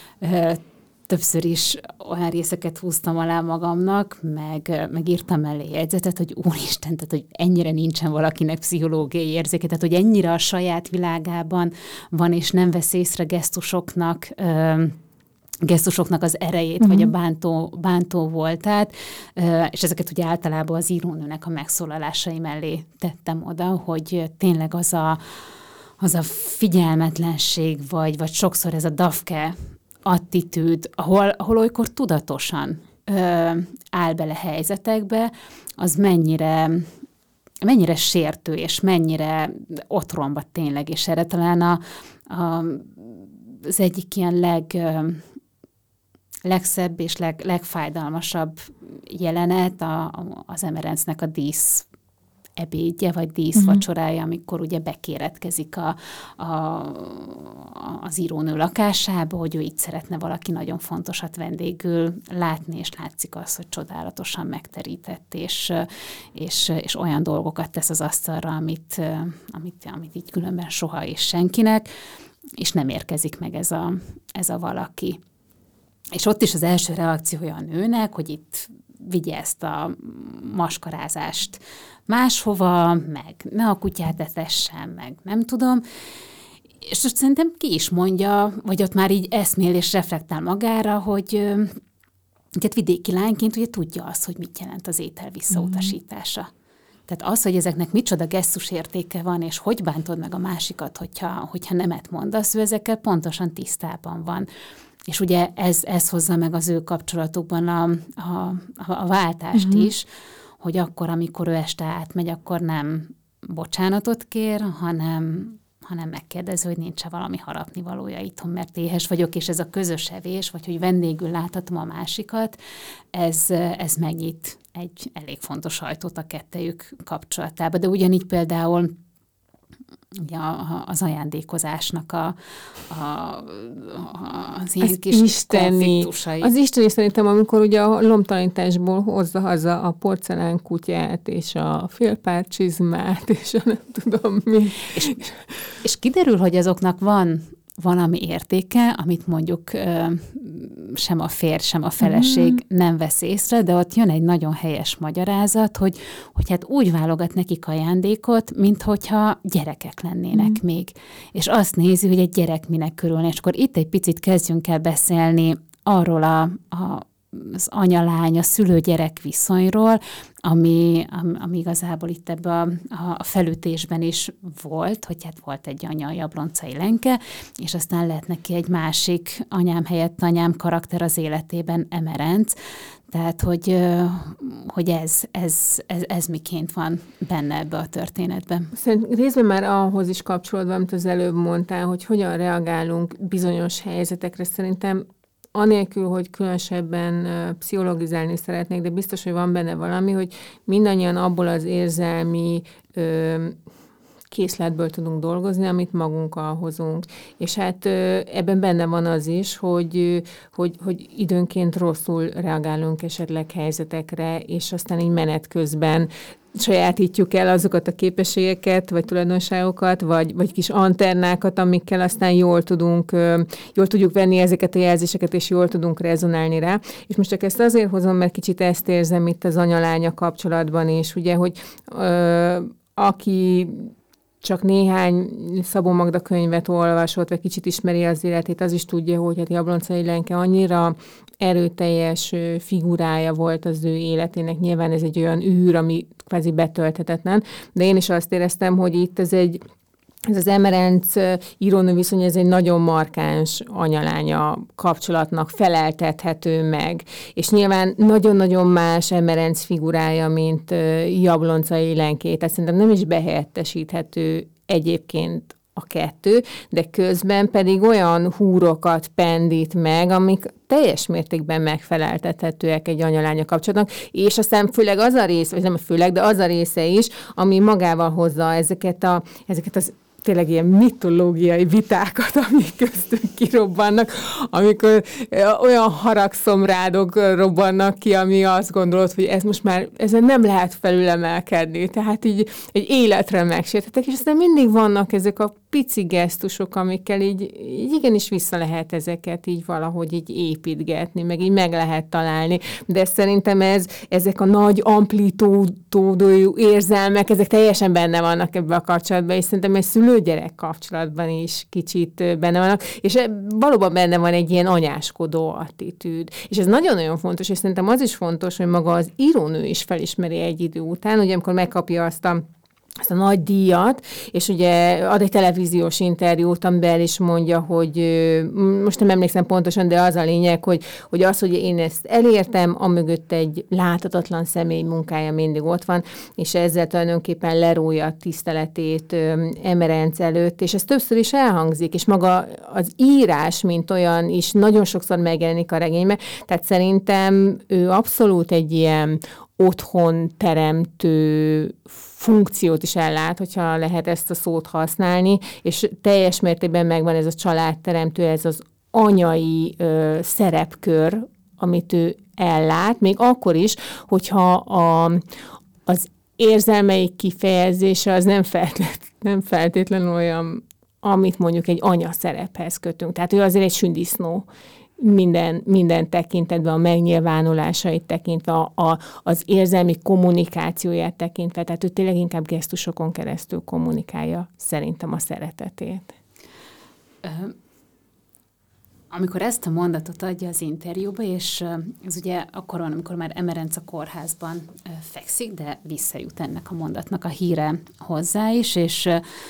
többször is olyan részeket húztam alá magamnak, meg, meg írtam mellé jegyzetet, hogy úristen, tehát, hogy ennyire nincsen valakinek pszichológiai érzéke, tehát, hogy ennyire a saját világában van, és nem vesz észre gesztusoknak, gesztusoknak az erejét, uh-huh. vagy a bántó, bántó voltát, és ezeket ugye általában az írónőnek a megszólalásai mellé tettem oda, hogy tényleg az a, az a figyelmetlenség, vagy, vagy sokszor ez a dafke attitűd, ahol, ahol olykor tudatosan ö, áll bele helyzetekbe, az mennyire, mennyire sértő, és mennyire otromba tényleg, és erre talán a, a, az egyik ilyen leg... legszebb és leg, legfájdalmasabb jelenet a, a, az Emerencnek a dísz ebédje, vagy díszvacsorája, amikor ugye bekéretkezik a, a, az írónő lakásába, hogy ő így szeretne valaki nagyon fontosat vendégül látni, és látszik az, hogy csodálatosan megterített, és, és, és olyan dolgokat tesz az asztalra, amit, amit, amit így különben soha és senkinek, és nem érkezik meg ez a, ez a valaki. És ott is az első reakciója a nőnek, hogy itt vigye ezt a maskarázást máshova, meg ne a kutyát etessen, meg nem tudom. És most szerintem ki is mondja, vagy ott már így eszmél és reflektál magára, hogy hát vidéki lányként ugye tudja azt, hogy mit jelent az étel visszautasítása. Mm. Tehát az, hogy ezeknek micsoda gesztus értéke van, és hogy bántod meg a másikat, hogyha, hogyha nemet mondasz, ő ezekkel pontosan tisztában van. És ugye ez, ez hozza meg az ő kapcsolatukban a, a, a váltást uh-huh. is, hogy akkor, amikor ő este átmegy, akkor nem bocsánatot kér, hanem, hanem megkérdezi, hogy nincs-e valami harapnivalója itthon, mert éhes vagyok, és ez a közös evés, vagy hogy vendégül láthatom a másikat, ez, ez megnyit egy elég fontos ajtót a kettejük kapcsolatába. De ugyanígy például ugye az ajándékozásnak a, a, az ilyen az kis isteni, konfliktusai. Az isteni szerintem, amikor ugye a lomtalanításból hozza haza a porcelán kutyát, és a félpár csizmát, és a nem tudom mi. És, és kiderül, hogy azoknak van valami értéke, amit mondjuk ö, sem a férj, sem a feleség mm. nem vesz észre, de ott jön egy nagyon helyes magyarázat, hogy, hogy hát úgy válogat nekik ajándékot, mint hogyha gyerekek lennének mm. még. És azt nézi, hogy egy gyerek minek körülne. És akkor itt egy picit kezdjünk el beszélni arról a, a az anya-lány, a szülő-gyerek viszonyról, ami, ami igazából itt ebben a, a felütésben is volt, hogy hát volt egy anya, a Jabloncai Lenke, és aztán lett neki egy másik anyám helyett anyám karakter az életében, Emerenc. Tehát, hogy, hogy ez, ez, ez, ez miként van benne ebbe a történetben. Szerintem részben már ahhoz is kapcsolódva, amit az előbb mondtál, hogy hogyan reagálunk bizonyos helyzetekre. Szerintem anélkül, hogy különösebben pszichologizálni szeretnék, de biztos, hogy van benne valami, hogy mindannyian abból az érzelmi ö, készletből tudunk dolgozni, amit magunkkal hozunk. És hát ö, ebben benne van az is, hogy, hogy, hogy időnként rosszul reagálunk esetleg helyzetekre, és aztán így menet közben sajátítjuk el azokat a képességeket, vagy tulajdonságokat, vagy, vagy kis antennákat, amikkel aztán jól tudunk, jól tudjuk venni ezeket a jelzéseket, és jól tudunk rezonálni rá. És most csak ezt azért hozom, mert kicsit ezt érzem itt az anya-lánya kapcsolatban is, ugye, hogy ö, aki csak néhány Szabó Magda könyvet olvasott, vagy kicsit ismeri az életét, az is tudja, hogy hát Jabloncai Lenke annyira erőteljes figurája volt az ő életének. Nyilván ez egy olyan űr, ami kvázi betölthetetlen, de én is azt éreztem, hogy itt ez egy Ez az Emerenc írónő viszony, ez egy nagyon markáns anya-lánya kapcsolatnak feleltethető meg. És nyilván nagyon-nagyon más Emerenc figurája, mint Jabloncai Lenké. Tehát szerintem nem is behelyettesíthető egyébként a kettő, de közben pedig olyan húrokat pendít meg, amik teljes mértékben megfeleltethetőek egy anya-lánya kapcsolatnak, és aztán főleg az a rész, vagy nem főleg, de az a része is, ami magával hozza ezeket, a, ezeket az tényleg ilyen mitológiai vitákat, amik köztünk kirobbannak, amikor olyan haragszomrádok robbannak ki, ami azt gondolod, hogy ez most már, ezen nem lehet felülemelkedni. Tehát így egy életre megsérthetek, és aztán mindig vannak ezek a pici gesztusok, amikkel így, így igenis vissza lehet ezeket így valahogy így építgetni, meg így meg lehet találni. De szerintem ez, ezek a nagy amplitúdójú érzelmek, ezek teljesen benne vannak ebben a kapcsolatban, és szerintem egy szülő-gyerek kapcsolatban is kicsit benne vannak, és valóban benne van egy ilyen anyáskodó attitűd. És ez nagyon-nagyon fontos, és szerintem az is fontos, hogy maga az írónő is felismeri egy idő után, ugye amikor megkapja azt a ezt a nagy díjat, és ugye ad egy televíziós interjút, amiben el is mondja, hogy most nem emlékszem pontosan, de az a lényeg, hogy, hogy az, hogy én ezt elértem, amögött egy láthatatlan személy munkája mindig ott van, és ezzel tulajdonképpen lerója a tiszteletét Emerenc előtt, és ez többször is elhangzik, és maga az írás, mint olyan is nagyon sokszor megjelenik a regényben, tehát szerintem ő abszolút egy ilyen otthon teremtő funkciót is ellát, hogyha lehet ezt a szót használni, és teljes mértékben megvan ez a családteremtő, ez az anyai ö, szerepkör, amit ő ellát, még akkor is, hogyha a, az érzelmeik kifejezése az nem, feltét, nem feltétlenül olyan, amit mondjuk egy anya szerephez kötünk. Tehát ő azért egy sündisznó, minden, minden tekintetben, a megnyilvánulásait tekintve, a, a, az érzelmi kommunikációját tekintve, tehát ő tényleg inkább gesztusokon keresztül kommunikálja szerintem a szeretetét. Amikor ezt a mondatot adja az interjúba, és ez ugye akkor van, amikor már Emerenc a kórházban fekszik, de visszajut ennek a mondatnak a híre hozzá is, és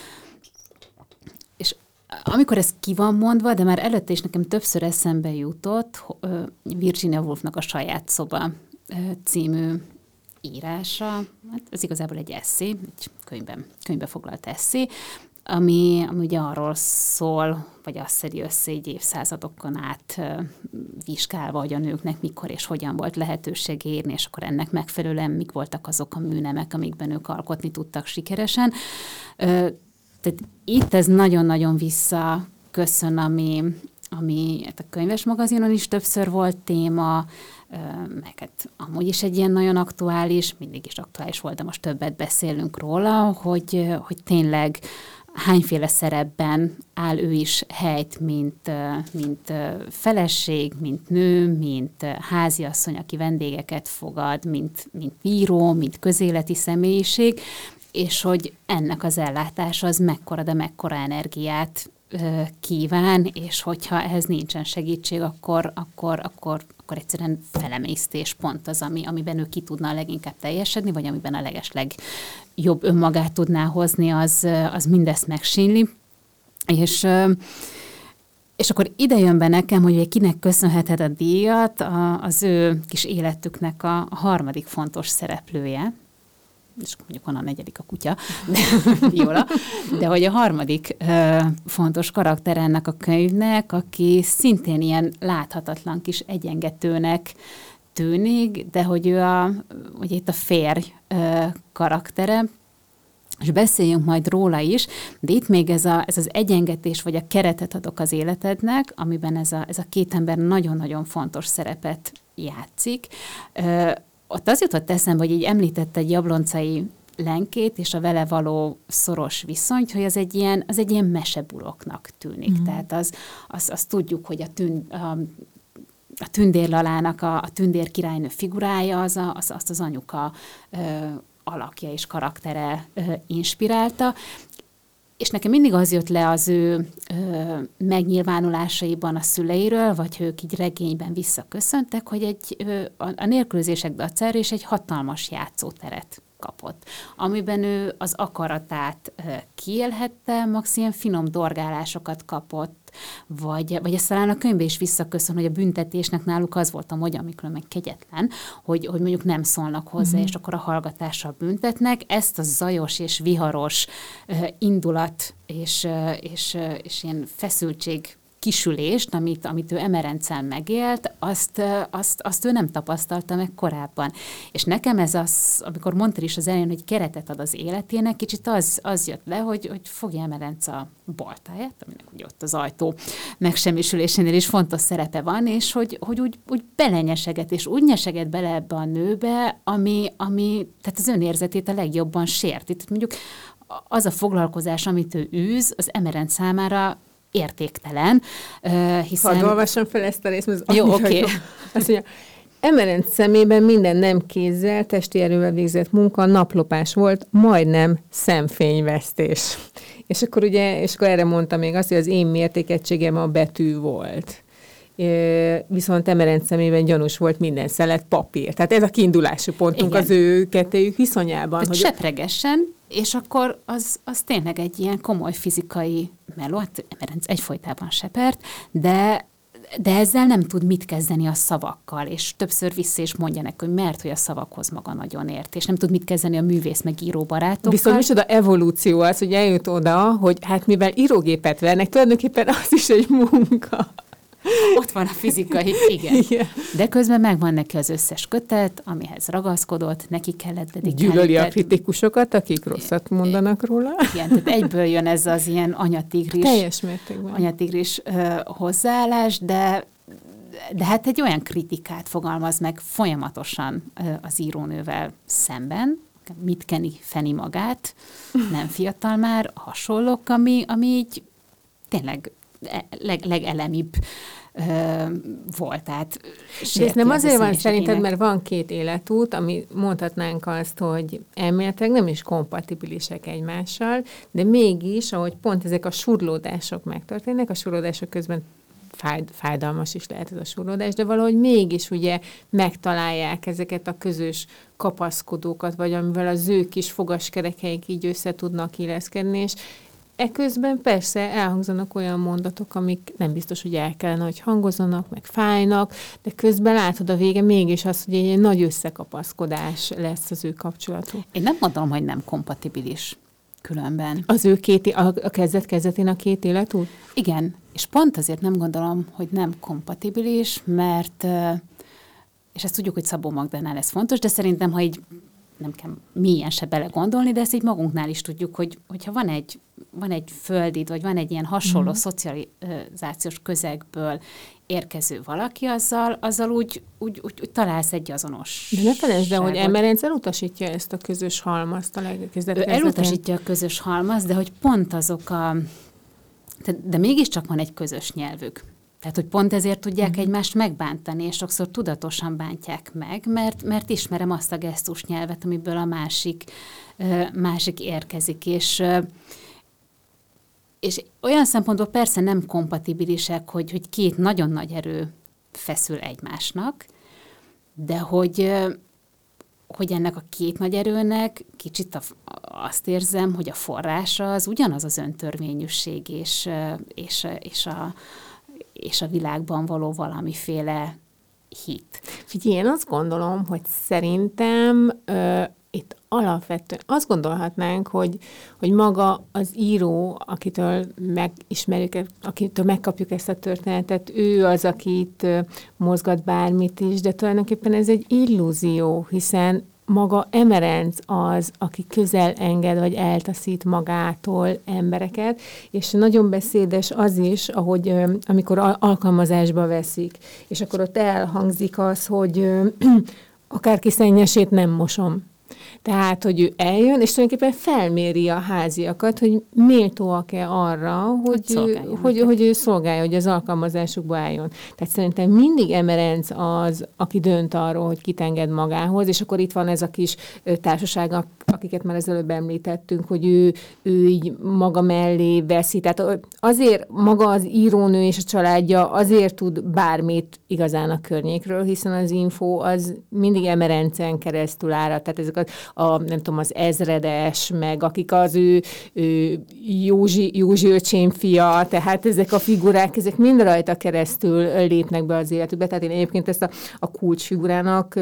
amikor ez ki van mondva, de már előtte is nekem többször eszembe jutott Virginia Woolfnak a Saját szoba című írása. Hát ez igazából egy esszé, egy könyvben, könyvbe foglalt esszé, ami, ami ugye arról szól, vagy azt szedi össze így évszázadokon át vizsgálva, hogy a nőknek mikor és hogyan volt lehetőség érni, és akkor ennek megfelelően mik voltak azok a műnemek, amikben ők alkotni tudtak sikeresen. Tehát itt ez nagyon-nagyon visszaköszön, ami, ami hát a könyves magazinon is többször volt téma, meg hát amúgy is egy ilyen nagyon aktuális, mindig is aktuális volt, de most többet beszélünk róla, hogy, hogy tényleg hányféle szerepben áll ő is helyt, mint, mint feleség, mint nő, mint háziasszony, aki vendégeket fogad, mint, mint bíró, mint közéleti személyiség, és hogy ennek az ellátása az mekkora, de mekkora energiát kíván, és hogyha ehhez nincsen segítség, akkor, akkor, akkor, akkor egyszerűen felemésztés pont az, ami, amiben ő ki tudna a leginkább teljesedni, vagy amiben a legesleg jobb önmagát tudná hozni, az, az mindezt megsínli. És, és akkor ide jön be nekem, hogy kinek köszönheted a díjat, a, az ő kis életüknek a, a harmadik fontos szereplője, és mondjuk van a negyedik a kutya, de, Viola, de hogy a harmadik ö, fontos karakter ennek a könyvnek, aki szintén ilyen láthatatlan kis egyengetőnek tűnik, de hogy ő a, hogy itt a férj ö, karaktere, és beszéljünk majd róla is, de itt még ez, a, ez az egyengetés, vagy a keretet adok az életednek, amiben ez a, ez a két ember nagyon-nagyon fontos szerepet játszik. Ö, Ott az jutott eszembe, hogy így említette egy Jabloncai Lenkét és a vele való szoros viszonyt, hogy az egy ilyen, az egy ilyen meseburoknak tűnik. Mm. Tehát az, az, az tudjuk, hogy a, tün, a, a tündérlalának a, a tündér királynő figurája, az, a, az azt az anyuka ö, alakja és karaktere ö, inspirálta. És nekem mindig az jött le az ő ö, megnyilvánulásaiban a szüleiről, vagy ők így regényben visszaköszöntek, hogy egy, ö, a, a nélkülözések dacára és egy hatalmas játszóteret kapott, amiben ő az akaratát ö, kiélhette, max ilyen finom dorgálásokat kapott, vagy, vagy ezt talán a könyvben is visszaköszön, hogy a büntetésnek náluk az volt a módja, amikor meg kegyetlen, hogy, hogy mondjuk nem szólnak hozzá, mm-hmm. és akkor a hallgatással büntetnek. Ezt a zajos és viharos uh, indulat és, uh, és, uh, és ilyen feszültség kisülést, amit, amit ő Emerenccel megélt, azt, azt, azt ő nem tapasztalta meg korábban. És nekem ez az, amikor mondtad is az elején, hogy keretet ad az életének, kicsit az, az jött le, hogy, hogy fogja Emerenc a baltáját, aminek ugye ott az ajtó megsemmisülésénél is fontos szerepe van, és hogy, hogy úgy, úgy belenyeseget, és úgy nyeseget bele ebbe a nőbe, ami, ami tehát az önérzetét a legjobban sérti. Tehát mondjuk az a foglalkozás, amit ő űz, az Emerenc számára értéktelen, hiszen... Hadd olvassam fel ezt a részt, mert jó, oké. Okay. Azt mondja, Emerenc szemében minden nem kézzel, testi erővel végzett munka naplopás volt, majdnem szemfényvesztés. És akkor ugye, és akkor erre mondta még azt, hogy az én mértékegységem a betű volt. É, viszont Emerenc szemében gyanús volt minden szelet papír. Tehát ez a kiindulási pontunk. Igen. Az ő kettőjük viszonyában. Tehát hogy sepregessen, és akkor az, az tényleg egy ilyen komoly fizikai meló, hát Emerenc egyfolytában sepert, de, de ezzel nem tud mit kezdeni a szavakkal, és többször vissza is mondja neki, hogy mert, hogy a szavakhoz maga nagyon ért, és nem tud mit kezdeni a művész meg író barátokkal. Viszont micsoda evolúció az, hogy eljut oda, hogy hát mivel írógépet vernek, tulajdonképpen az is egy munka. Ott van a fizikai, igen. igen. De közben megvan neki az összes kötet, amihez ragaszkodott, neki kellett dedikálni. Gyűlöli a kritikusokat, akik rosszat mondanak róla. Igen, tehát egyből jön ez az ilyen anyatigris, teljes mértékben. Anyatigris uh, hozzáállás, de, de hát egy olyan kritikát fogalmaz meg folyamatosan uh, az írónővel szemben, mit keni feni magát, nem fiatal már, hasonlók, ami, ami így tényleg leg, legelemibb ö, volt. Tehát ez nem azért van szerinted, mert van két életút, ami mondhatnánk azt, hogy elméletileg nem is kompatibilisek egymással, de mégis, ahogy pont ezek a surlódások megtörténnek, a surlódások közben fáj, fájdalmas is lehet ez a surlódás, de valahogy mégis ugye megtalálják ezeket a közös kapaszkodókat, vagy amivel az ő kis fogaskerekeik így össze tudnak illeszkedni, és eközben persze elhangzanak olyan mondatok, amik nem biztos, hogy el kellene, hogy hangozzanak, meg fájnak, de közben látod a vége mégis az, hogy egy nagy összekapaszkodás lesz az ő kapcsolatuk. Én nem mondom, hogy nem kompatibilis. különben. Az ő két, a, a kezdet-kezdetén a két életút? Igen, és pont azért nem gondolom, hogy nem kompatibilis, mert, és ezt tudjuk, hogy Szabó Magdánál ez fontos, de szerintem, ha így nem kell mélyen se belegondolni, de ezt így magunknál is tudjuk, hogy, hogyha van egy, van egy földid, vagy van egy ilyen hasonló mm. szocializációs közegből érkező valaki, azzal, azzal úgy, úgy, úgy, úgy találsz egy azonos. De ne felejtsd el, hogy Emerenc elutasítja ezt a közös halmazt a legkezdet. Ő elutasítja a közös halmazt, de hogy pont azok a... De, de mégiscsak van egy közös nyelvük. Tehát, hogy pont ezért tudják mm. egymást megbántani, és sokszor tudatosan bántják meg, mert, mert ismerem azt a gesztus nyelvet, amiből a másik, másik érkezik, és... És olyan szempontból persze nem kompatibilisek, hogy, hogy két nagyon nagy erő feszül egymásnak, de hogy, hogy ennek a két nagy erőnek kicsit a, azt érzem, hogy a forrása az ugyanaz az öntörvényűség és, és, és, a, és a világban való valamiféle hit. Figyelj, én azt gondolom, hogy szerintem... Ö, itt alapvetően azt gondolhatnánk, hogy, hogy maga az író, akitől megismerjük, akitől megkapjuk ezt a történetet, ő az, akit mozgat bármit is, de tulajdonképpen ez egy illúzió, hiszen maga Emerenc az, aki közel enged, vagy eltaszít magától embereket, és nagyon beszédes az is, ahogy amikor alkalmazásba veszik, és akkor ott elhangzik az, hogy akárki szennyesét nem mosom. Tehát, hogy ő eljön, és tulajdonképpen felméri a háziakat, hogy méltóak-e arra, hogy, hogy, ő, hogy, hogy ő szolgálja, hogy az alkalmazásukba álljon. Tehát szerintem mindig Emerenc az, aki dönt arról, hogy kit enged magához, és akkor itt van ez a kis társaság, akiket már az előbb említettünk, hogy ő, ő így maga mellé veszi. Tehát azért maga az írónő és a családja azért tud bármit igazán a környékről, hiszen az info az mindig Emerencen keresztül árad. Tehát ezek az, a, nem tudom, az ezredes, meg akik az ő, ő Józsi, Józsi öcsém fia, tehát ezek a figurák, ezek mind rajta keresztül lépnek be az életükbe. Tehát én egyébként ezt a, a kulcsfigurának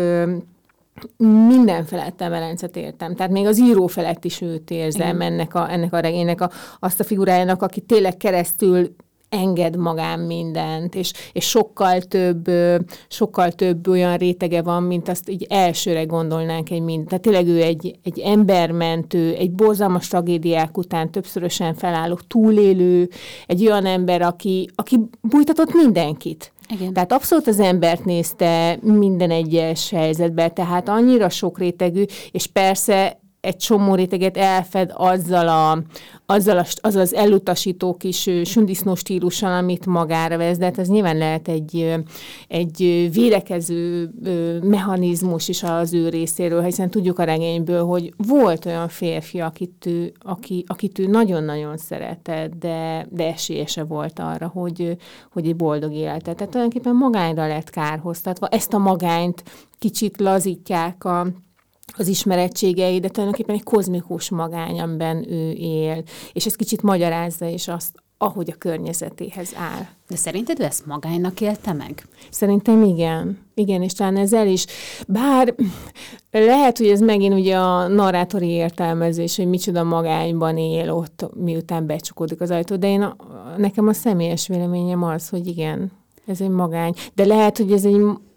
minden felett Emerencet értem. Tehát még az író felett is őt érzem, ennek a, ennek a regénynek, a, azt a figurájának, aki tényleg keresztül enged magán mindent, és, és sokkal több, sokkal több olyan rétege van, mint azt így elsőre gondolnánk egy mind. Tehát tényleg ő egy, egy embermentő, egy borzalmas tragédiák után többszörösen felálló, túlélő, egy olyan ember, aki, aki bújtatott mindenkit. Igen. Tehát abszolút az embert nézte minden egyes helyzetben, tehát annyira sok rétegű, és persze egy csomó réteget elfed azzal, a, azzal, a, azzal az elutasító kis sündisznó stílussal, amit magára vesz, de hát ez nyilván lehet egy, egy védekező mechanizmus is az ő részéről, hiszen tudjuk a regényből, hogy volt olyan férfi, akit ő, aki, akit ő nagyon-nagyon szeretett, de, de esélye se volt arra, hogy, hogy egy boldog életet. Tehát tulajdonképpen magányra lett kárhoztatva. Ezt a magányt kicsit lazítják a az ismerettségei, de tulajdonképpen egy kozmikus magány, amiben ő él, és ez kicsit magyarázza is azt, ahogy a környezetéhez áll. De szerinted ő ezt magánynak élte meg? Szerintem igen. Igen, és talán ezzel is. Bár lehet, hogy ez megint ugye a narrátori értelmezés, hogy micsoda magányban él ott, miután becsukódik az ajtó, de én a, nekem a személyes véleményem az, hogy igen, ez egy magány. De lehet, hogy ez egy...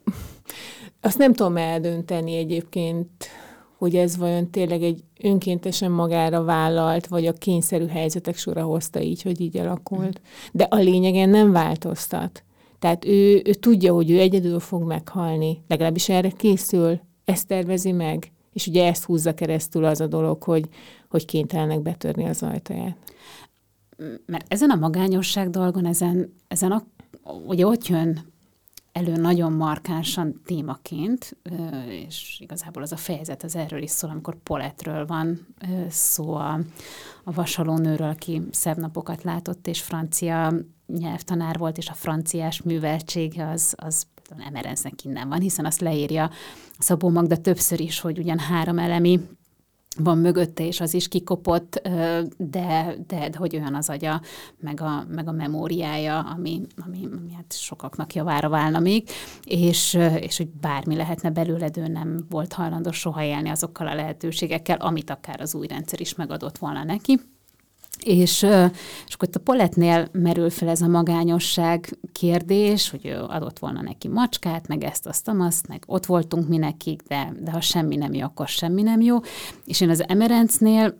Azt nem tudom eldönteni egyébként, hogy ez vajon tényleg egy önkéntesen magára vállalt, vagy a kényszerű helyzetek sora hozta így, hogy így alakult. De a lényegen nem változtat. Tehát ő, ő tudja, hogy ő egyedül fog meghalni. Legalábbis erre készül, ezt tervezi meg. És ugye ezt húzza keresztül az a dolog, hogy, hogy kénytelenek betörni az ajtaját. Mert ezen a magányosság dolgon, ezen, ezen a, ugye ott jön elő nagyon markánsan témaként, és igazából az a fejezet az erről is szól, amikor Pauletteről van szó, a, a vasalónőről, aki szebb napokat látott, és francia nyelvtanár volt, és a franciás műveltsége az, az Emerencnek innen van, hiszen azt leírja Szabó Magda többször is, hogy ugyan három elemi van mögötte, és az is kikopott, de, de, de hogy olyan az agya, meg a, meg a memóriája, ami, ami, ami hát sokaknak javára válna még, és, és hogy bármi lehetne belőle, ő nem volt hajlandó soha élni azokkal a lehetőségekkel, amit akár az új rendszer is megadott volna neki. És, és akkor itt a Paulettenél merül fel ez a magányosság kérdés, hogy ő adott volna neki macskát, meg ezt, azt, azt, meg ott voltunk mi nekik, de, de ha semmi nem jó, akkor semmi nem jó. És én az Emerencnél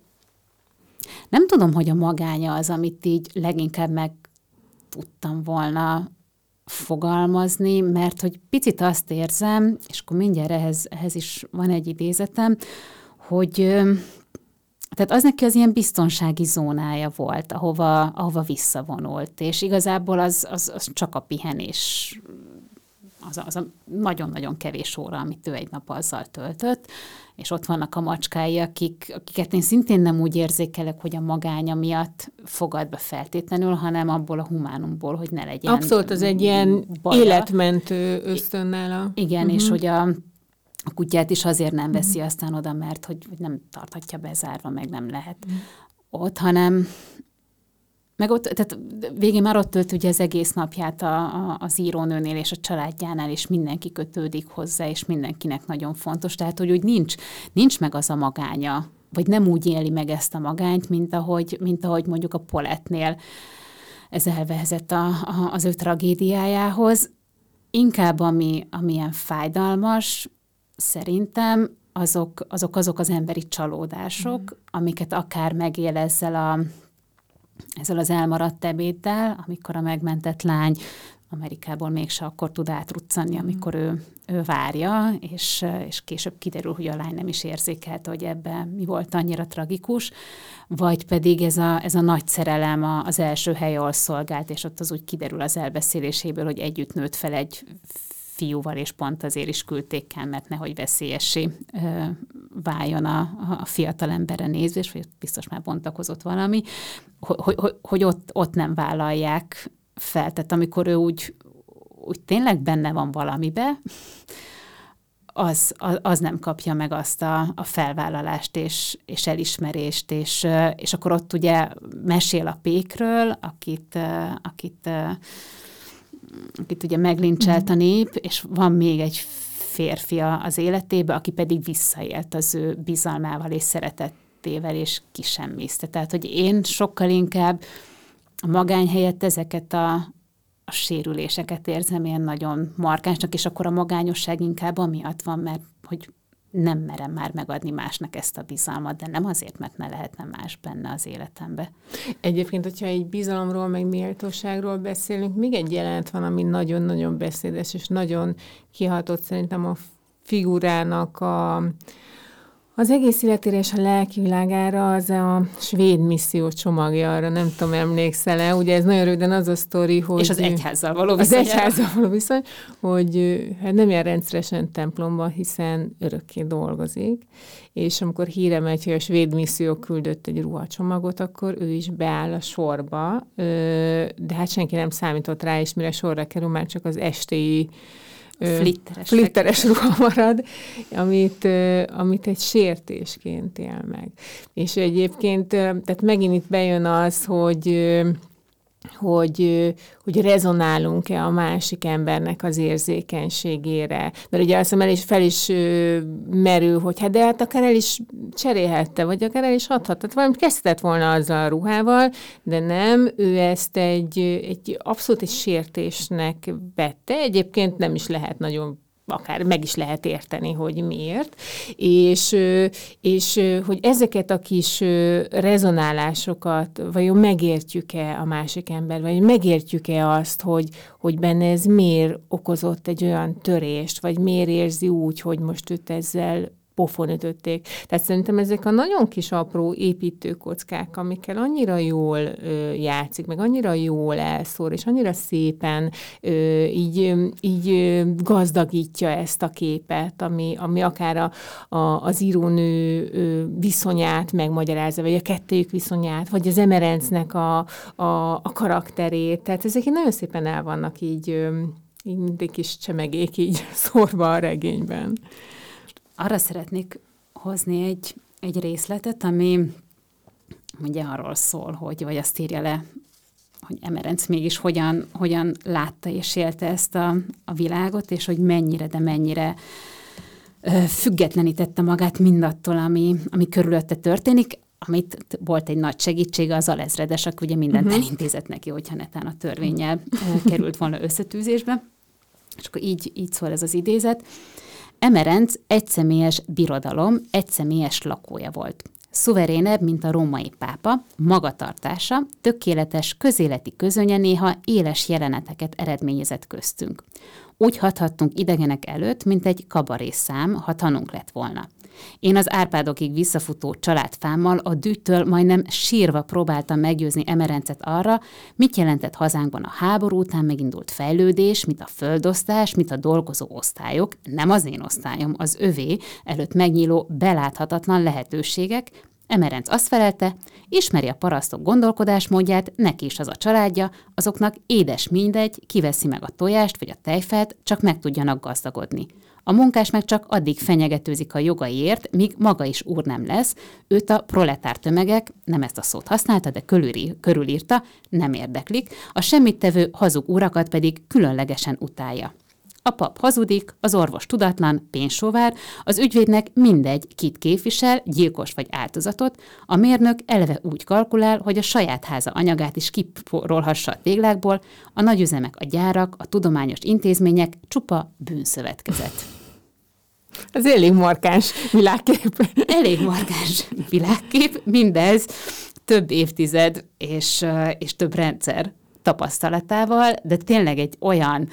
nem tudom, hogy a magánya az, amit így leginkább meg tudtam volna fogalmazni, mert hogy picit azt érzem, és akkor mindjárt ehhez, ehhez is van egy idézetem, hogy... Tehát az neki az ilyen biztonsági zónája volt, ahova, ahova visszavonult, és igazából az, az, az csak a pihenés, az, az a nagyon-nagyon kevés óra, amit ő egy nap azzal töltött, és ott vannak a macskái, akik, akiket én szintén nem úgy érzékelek, hogy a magánya miatt fogad be feltétlenül, hanem abból a humánumból, hogy ne legyen abszolút, az egy ilyen baja. Életmentő ösztön nála. Igen, uh-huh. És hogy a A kutyát is azért nem veszi aztán oda, mert hogy nem tarthatja bezárva, meg nem lehet mm. ott, hanem meg ott, tehát végén már ott tölt ugye az egész napját a, a, az írónőnél és a családjánál, és mindenki kötődik hozzá, és mindenkinek nagyon fontos. Tehát, hogy úgy nincs, nincs meg az a magánya, vagy nem úgy éli meg ezt a magányt, mint ahogy, mint ahogy mondjuk a Paulettenél ez elvezetett a, a, az ő tragédiájához. Inkább ami, amilyen fájdalmas, szerintem azok, azok azok az emberi csalódások, mm. amiket akár megél ezzel, a, ezzel az elmaradt ebéddel, amikor a megmentett lány Amerikából mégse akkor tud átruccanni, mm. amikor ő, ő várja, és, és később kiderül, hogy a lány nem is érzékelte, hogy ebben mi volt annyira tragikus, vagy pedig ez a, ez a nagy szerelem az első hely, ahol szolgált, és ott az úgy kiderül az elbeszéléséből, hogy együtt nőtt fel egy fiúval, és pont azért is küldték el, mert nehogy veszélyessé ö, váljon a, a fiatal emberre nézve, és biztos már bontakozott valami, hogy, hogy, hogy ott, ott nem vállalják fel. Tehát amikor ő úgy, úgy tényleg benne van valamibe, az, az, az nem kapja meg azt a, a felvállalást és, és elismerést, és, és akkor ott ugye mesél a pékről, akit, akit akit ugye meglincselt a nép, és van még egy férfi az életébe, aki pedig visszaélt az ő bizalmával és szeretettével, és kisemmiszte. Tehát, hogy én sokkal inkább a magány helyett ezeket a, a sérüléseket érzem ilyen nagyon markánsnak, és akkor a magányosság inkább amiatt van, mert hogy nem merem már megadni másnak ezt a bizalmat, de nem azért, mert ne lehetne más benne az életembe. Egyébként, hogyha egy bizalomról, meg méltóságról beszélünk, még egy jelenet van, ami nagyon-nagyon beszédes, és nagyon kihatott szerintem a figurának a, az egész életére és a lelkivilágára, az a svéd misszió csomagja, arra nem tudom, emlékszel-e, ugye ez nagyon röviden az a sztori, hogy... És az egyházzal való viszony. Az egyházzal való viszony, hogy hát nem jár rendszeresen templomba, hiszen örökké dolgozik, és amikor híre megy, hogy a svéd misszió küldött egy ruhacsomagot, akkor ő is beáll a sorba, de hát senki nem számított rá, és mire sorra kerül, már csak az estéi Flitteres, flitteres ruha marad, amit, amit egy sértésként él meg. És egyébként, tehát megint itt bejön az, hogy, hogy, hogy rezonálunk-e a másik embernek az érzékenységére. Mert ugye azt el is fel is merül, hogy hát de hát akár el is cserélhette, vagy akár el is adhatta. Tehát valamit kezdett volna azzal a ruhával, de nem, ő ezt egy, egy abszolút egy sértésnek vette. Egyébként nem is lehet nagyon akár meg is lehet érteni, hogy miért, és, és hogy ezeket a kis rezonálásokat, vajon megértjük-e a másik ember, vagy megértjük-e azt, hogy, hogy benne ez miért okozott egy olyan törést, vagy miért érzi úgy, hogy most őt ezzel pofon ütötték. Tehát szerintem ezek a nagyon kis apró építőkockák, amikkel annyira jól ö, játszik, meg annyira jól elszór, és annyira szépen ö, így, így ö, gazdagítja ezt a képet, ami, ami akár a, a, az írónő ö, viszonyát megmagyarázza, vagy a kettőjük viszonyát, vagy az Emerencnek a, a, a karakterét. Tehát ezek nagyon szépen el vannak így, ö, így mint egy kis csemegék így szórva a regényben. Arra szeretnék hozni egy, egy részletet, ami ugye arról szól, hogy, vagy azt írja le, hogy Emerenc mégis hogyan, hogyan látta és élte ezt a, a világot, és hogy mennyire, de mennyire ö, függetlenítette magát mindattól, ami, ami körülötte történik, amit volt egy nagy segítsége az alezredes, aki ugye mindent uh-huh. elintézett neki, hogyha netán a törvénnyel került volna összetűzésbe. És akkor így, így szól ez az idézet. Emerenc egyszemélyes birodalom, egyszemélyes lakója volt. Szuverénebb, mint a római pápa, magatartása, tökéletes közéleti közönye néha éles jeleneteket eredményezett köztünk. Úgy hathattunk idegenek előtt, mint egy kabarészám, ha tanunk lett volna. Én az Árpádokig visszafutó családfámmal a dűtől majdnem sírva próbáltam meggyőzni Emerencet arra, mit jelentett hazánkban a háború után megindult fejlődés, mit a földosztás, mit a dolgozó osztályok, nem az én osztályom, az övé előtt megnyíló beláthatatlan lehetőségek. Emerenc azt felelte, ismeri a parasztok gondolkodásmódját, neki is az a családja, azoknak édes mindegy, kiveszi meg a tojást vagy a tejfelt, csak meg tudjanak gazdagodni. A munkás meg csak addig fenyegetőzik a jogaiért, míg maga is úr nem lesz, őt a proletár tömegek, nem ezt a szót használta, de körülírta, nem érdeklik, a semmittevő hazug urakat pedig különlegesen utálja. A pap hazudik, az orvos tudatlan, pénzsóvár, az ügyvédnek mindegy, kit képvisel, gyilkos vagy áldozatot, a mérnök eleve úgy kalkulál, hogy a saját háza anyagát is kiporolhassa a téglákból, a nagyüzemek, a gyárak, a tudományos intézmények csupa bűnszövetkezet. Ez elég markáns világkép. Elég markáns világkép, mindez több évtized és, és több rendszer tapasztalatával, de tényleg egy olyan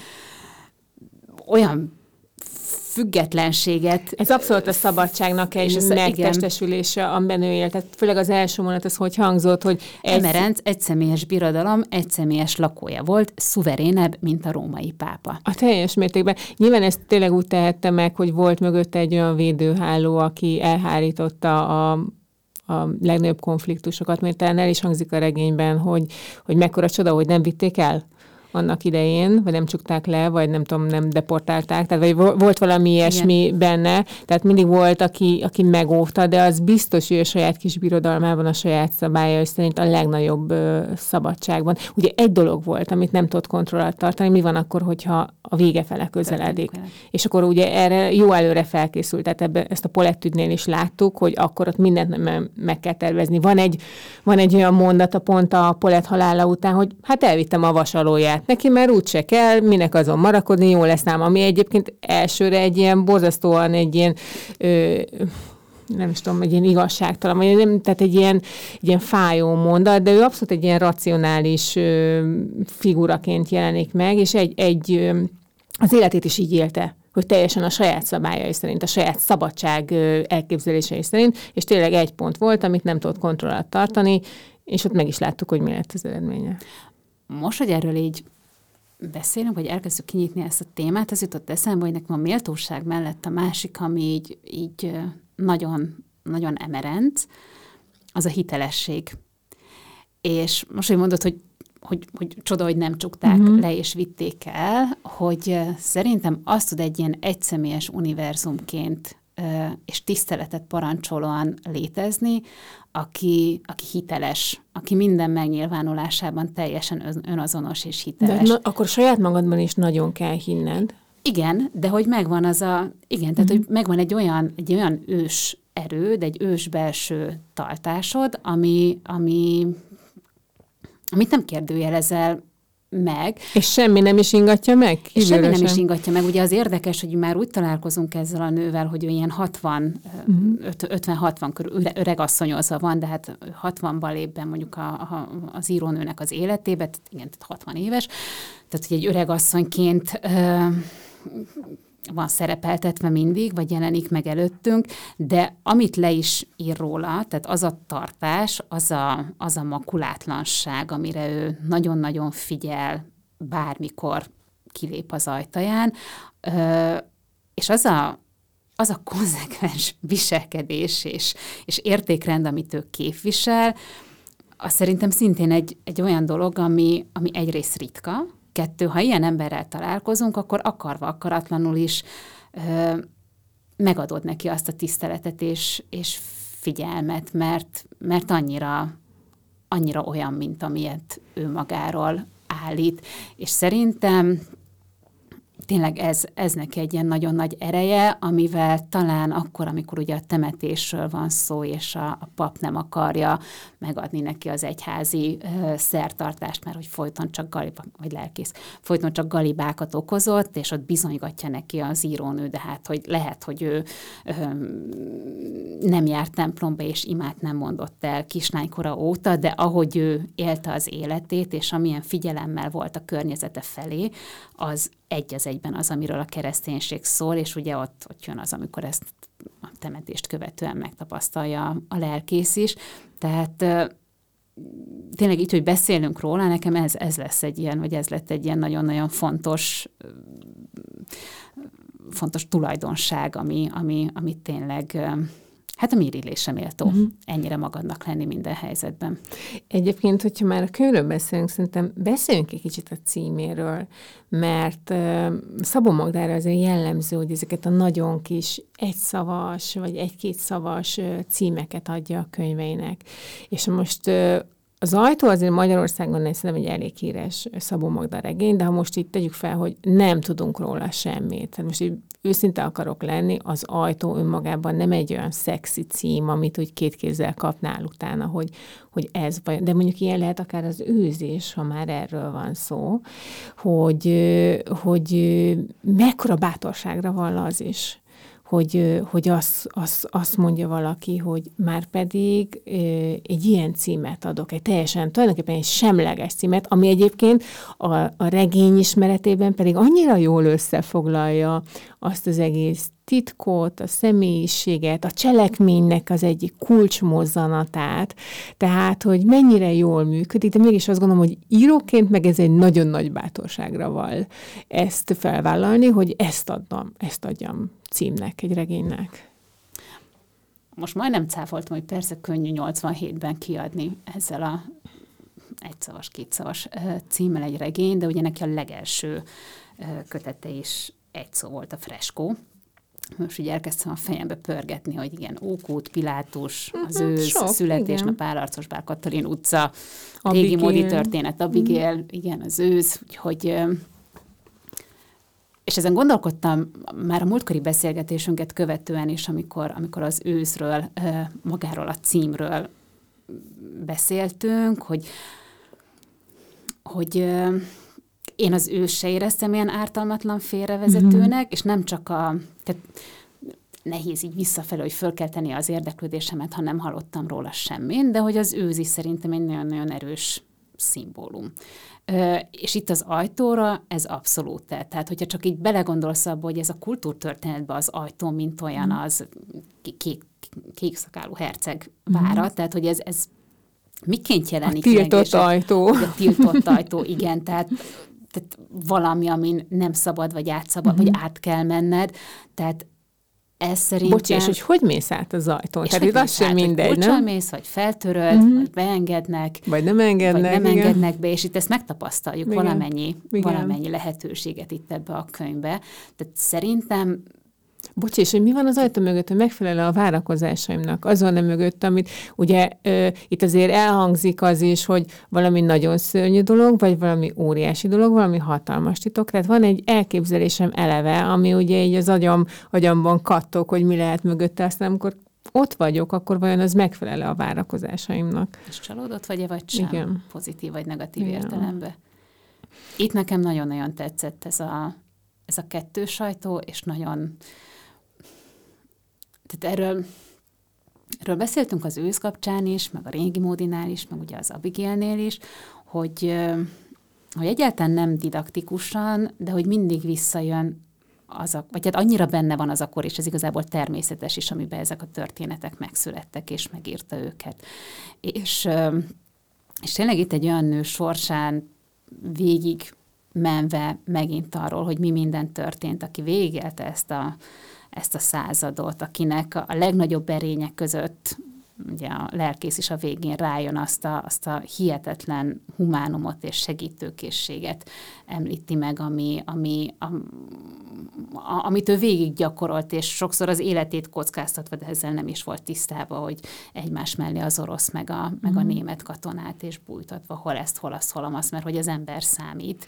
olyan függetlenséget. Ez abszolút a szabadságnak egy megtestesülése, amiben ő élt. Tehát főleg az első mondat az, hogy hangzott, hogy... Egy... Emerenc egyszemélyes birodalom, egyszemélyes lakója volt, szuverénebb, mint a római pápa. A teljes mértékben. Nyilván ezt tényleg úgy tehette meg, hogy volt mögötte egy olyan védőháló, aki elhárította a a legnagyobb konfliktusokat, mert talán el is hangzik a regényben, hogy, hogy mekkora csoda, hogy nem vitték el annak idején, vagy nem csukták le, vagy nem tudom, nem deportálták, tehát vagy volt valami ilyesmi igen. benne, tehát mindig volt, aki, aki megóvta, de az biztos, hogy a saját kis birodalmában a saját szabályai szerint a legnagyobb ö, szabadságban. Ugye egy dolog volt, amit nem tudott kontroll alatt tartani, mi van akkor, hogyha a vége fele közeledik. És akkor ugye erre jó előre felkészült, tehát ebbe, ezt a Polettüdnél is láttuk, hogy akkor ott mindent meg kell tervezni. Van egy, van egy olyan mondata pont a Polett halála után, hogy hát elvittem a vasalóját neki, mert úgyse kell, minek azon marakodni, jó lesz nálam. Ami egyébként elsőre egy ilyen borzasztóan egy ilyen ö, nem is tudom, egy ilyen igazságtalan, vagy nem, tehát egy ilyen, egy ilyen fájó mondat, de ő abszolút egy ilyen racionális ö, figuraként jelenik meg, és egy, egy ö, az életét is így élte, hogy teljesen a saját szabályai szerint, a saját szabadság ö, elképzelései szerint, és tényleg egy pont volt, amit nem tudott kontroll alatt tartani, és ott meg is láttuk, hogy mi lett az eredménye. Most, hogy erről így beszélünk, vagy elkezdjük kinyitni ezt a témát, az jutott eszembe, hogy nekem a méltóság mellett a másik, ami így, így nagyon, nagyon Emerenc, az a hitelesség. És most, hogy mondod, hogy, hogy, hogy csoda, hogy nem csukták uh-huh. le és vitték el, hogy szerintem azt tud egy ilyen egyszemélyes univerzumként és tiszteletet parancsolóan létezni, aki, aki hiteles, aki minden megnyilvánulásában teljesen önazonos és hiteles. De na, akkor saját magadban is nagyon kell hinned. Igen, de hogy megvan az a, igen, tehát, mm-hmm. hogy megvan egy olyan, egy olyan ős erőd, egy ős belső tartásod, ami, ami, amit nem kérdőjelezel meg. És semmi nem is ingatja meg? És semmi nem is ingatja meg. Ugye az érdekes, hogy már úgy találkozunk ezzel a nővel, hogy ő ilyen hatvan, uh-huh. ötven-hatvan körül öregasszonyozva van, de hát hatvanban lép be mondjuk a, a, az írónőnek az életébe, tehát igen, tehát hatvan éves. Tehát, hogy egy öregasszonyként ö, van szerepeltetve mindig, vagy jelenik meg előttünk, de amit le is ír róla, tehát az a tartás, az a, az a makulátlanság, amire ő nagyon-nagyon figyel, bármikor kilép az ajtaján, és az a, az a konzekvens viselkedés és, és értékrend, amit ő képvisel, az szerintem szintén egy, egy olyan dolog, ami, ami egyrészt ritka. Kettő, ha ilyen emberrel találkozunk, akkor akarva, akaratlanul is ö, megadod neki azt a tiszteletet és, és figyelmet, mert, mert annyira, annyira olyan, mint amilyet ő magáról állít. És szerintem tényleg ez, ez neki egy ilyen nagyon nagy ereje, amivel talán akkor, amikor ugye a temetésről van szó, és a, a pap nem akarja megadni neki az egyházi uh, szertartást, mert hogy folyton csak galibák, vagy lelkész, folyton csak galibákat okozott, és ott bizonygatja neki az írónő, de hát, hogy lehet, hogy ő um, nem járt templomba, és imát nem mondott el kislánykora óta, de ahogy ő élte az életét, és amilyen figyelemmel volt a környezete felé, az egy az egyben az, amiről a kereszténység szól, és ugye ott, ott jön az, amikor ezt a temetést követően megtapasztalja a lelkész is. Tehát tényleg így, hogy beszélünk róla, nekem ez, ez lesz egy ilyen, vagy ez lett egy ilyen nagyon-nagyon fontos fontos tulajdonság, ami, ami, ami tényleg hát a mérillésre méltó, uh-huh. ennyire magadnak lenni minden helyzetben. Egyébként, hogyha már a könyvről beszélünk, szerintem beszéljünk egy kicsit a címéről, mert uh, Szabó Magdára azért jellemző, hogy ezeket a nagyon kis egyszavas, vagy egy-két szavas uh, címeket adja a könyveinek. És most uh, az Ajtó azért Magyarországon szerintem egy elég híres Szabó Magda regény, de ha most itt tegyük fel, hogy nem tudunk róla semmit. Tehát most így őszinte akarok lenni, az Ajtó önmagában nem egy olyan szexi cím, amit úgy két kézzel kapnál utána, hogy, hogy ez vagy. De mondjuk ilyen lehet akár az Őzés, ha már erről van szó, hogy, hogy mekkora bátorságra van az is. hogy, hogy azt, azt, azt mondja valaki, hogy már pedig egy ilyen címet adok, egy teljesen, tulajdonképpen egy semleges címet, ami egyébként a, a regény ismeretében pedig annyira jól összefoglalja azt az egész titkot, a személyiséget, a cselekménynek az egyik kulcsmozzanatát, tehát, hogy mennyire jól működik, de mégis azt gondolom, hogy íróként meg ez egy nagyon nagy bátorságra val ezt felvállalni, hogy ezt adnom, ezt adjam címnek, egy regénynek. Most majdnem cáfoltam, hogy persze könnyű nyolcvanhétben kiadni ezzel a egyszavas, kétszavas címmel egy regény, de ugye neki a legelső kötete is egy szó volt, a freskó. Most ugye elkezdtem a fejembe pörgetni, hogy igen, Ókút, Pilátus, az ősz, Sok, születésnap, Álarcos Bál Katalin utca, régi módi történet, Abigail, mm. igen, az ősz, úgyhogy... És ezen gondolkodtam már a múltkori beszélgetésünket követően is, amikor, amikor az őszről, magáról a címről beszéltünk, hogy, hogy én az ősz se éreztem ilyen ártalmatlan félrevezetőnek, mm-hmm. és nem csak a... Tehát nehéz így visszafelé, hogy föl kell tenni az érdeklődésemet, ha nem hallottam róla semmit, de hogy az ősz is szerintem egy nagyon-nagyon erős szimbólum. Ö, és itt az Ajtóra ez abszolút te. Tehát, hogyha csak így belegondolsz abba, hogy ez a kultúrtörténetben az Ajtó, mint olyan az kék, kék szakálú herceg vára, mm. tehát, hogy ez, ez miként jelenik? A tiltott meg, ajtó. A tiltott ajtó, igen, tehát, tehát valami, amin nem szabad, vagy átszabad, mm. vagy át kell menned, tehát ez szerintem... Bocsi, és hogy hogy mész át az ajtón? Tehát itt az sem mindegy, nem? Kulccsal mész, vagy feltöröd, mm-hmm. vagy beengednek. Vagy nem engednek. Vagy nem igen. engednek be, és itt ezt megtapasztaljuk, igen. valamennyi, igen. valamennyi lehetőséget itt ebbe a könyvbe. Tehát szerintem... Bocsi, és hogy mi van az ajtó mögött, hogy megfelel a várakozásaimnak? Az van mögött, amit ugye ö, itt azért elhangzik az is, hogy valami nagyon szörnyű dolog, vagy valami óriási dolog, valami hatalmas titok. Tehát van egy elképzelésem eleve, ami ugye így az agyam, agyamban kattog, hogy mi lehet mögötte, aztán amikor ott vagyok, akkor vajon az megfelel a várakozásaimnak? És csalódott vagy-e, vagy sem? Igen. Pozitív vagy negatív Igen. értelemben. Itt nekem nagyon-nagyon tetszett ez a, ez a kettős ajtó, és nagyon... Tehát erről, erről beszéltünk az ősz kapcsán is, meg a régi módinál is, meg ugye az Abigailnél is, hogy, hogy egyáltalán nem didaktikusan, de hogy mindig visszajön az a, vagy hát annyira benne van az a kor, és ez igazából természetes is, amiben ezek a történetek megszülettek, és megírta őket. És, és tényleg itt egy olyan nő sorsán végig menve megint arról, hogy mi minden történt, aki végigélte ezt a ezt a századot, akinek a legnagyobb erények között ugye a lelkész is a végén rájön, azt a, azt a hihetetlen humánumot és segítőkészséget említi meg, ami, ami, a, a, amit ő végig gyakorolt, és sokszor az életét kockáztatva, de ezzel nem is volt tisztában, hogy egymás mellé az orosz, meg a, meg a német katonát, és bújtatva hol ezt, hol azt, hol azt, mert hogy az ember számít.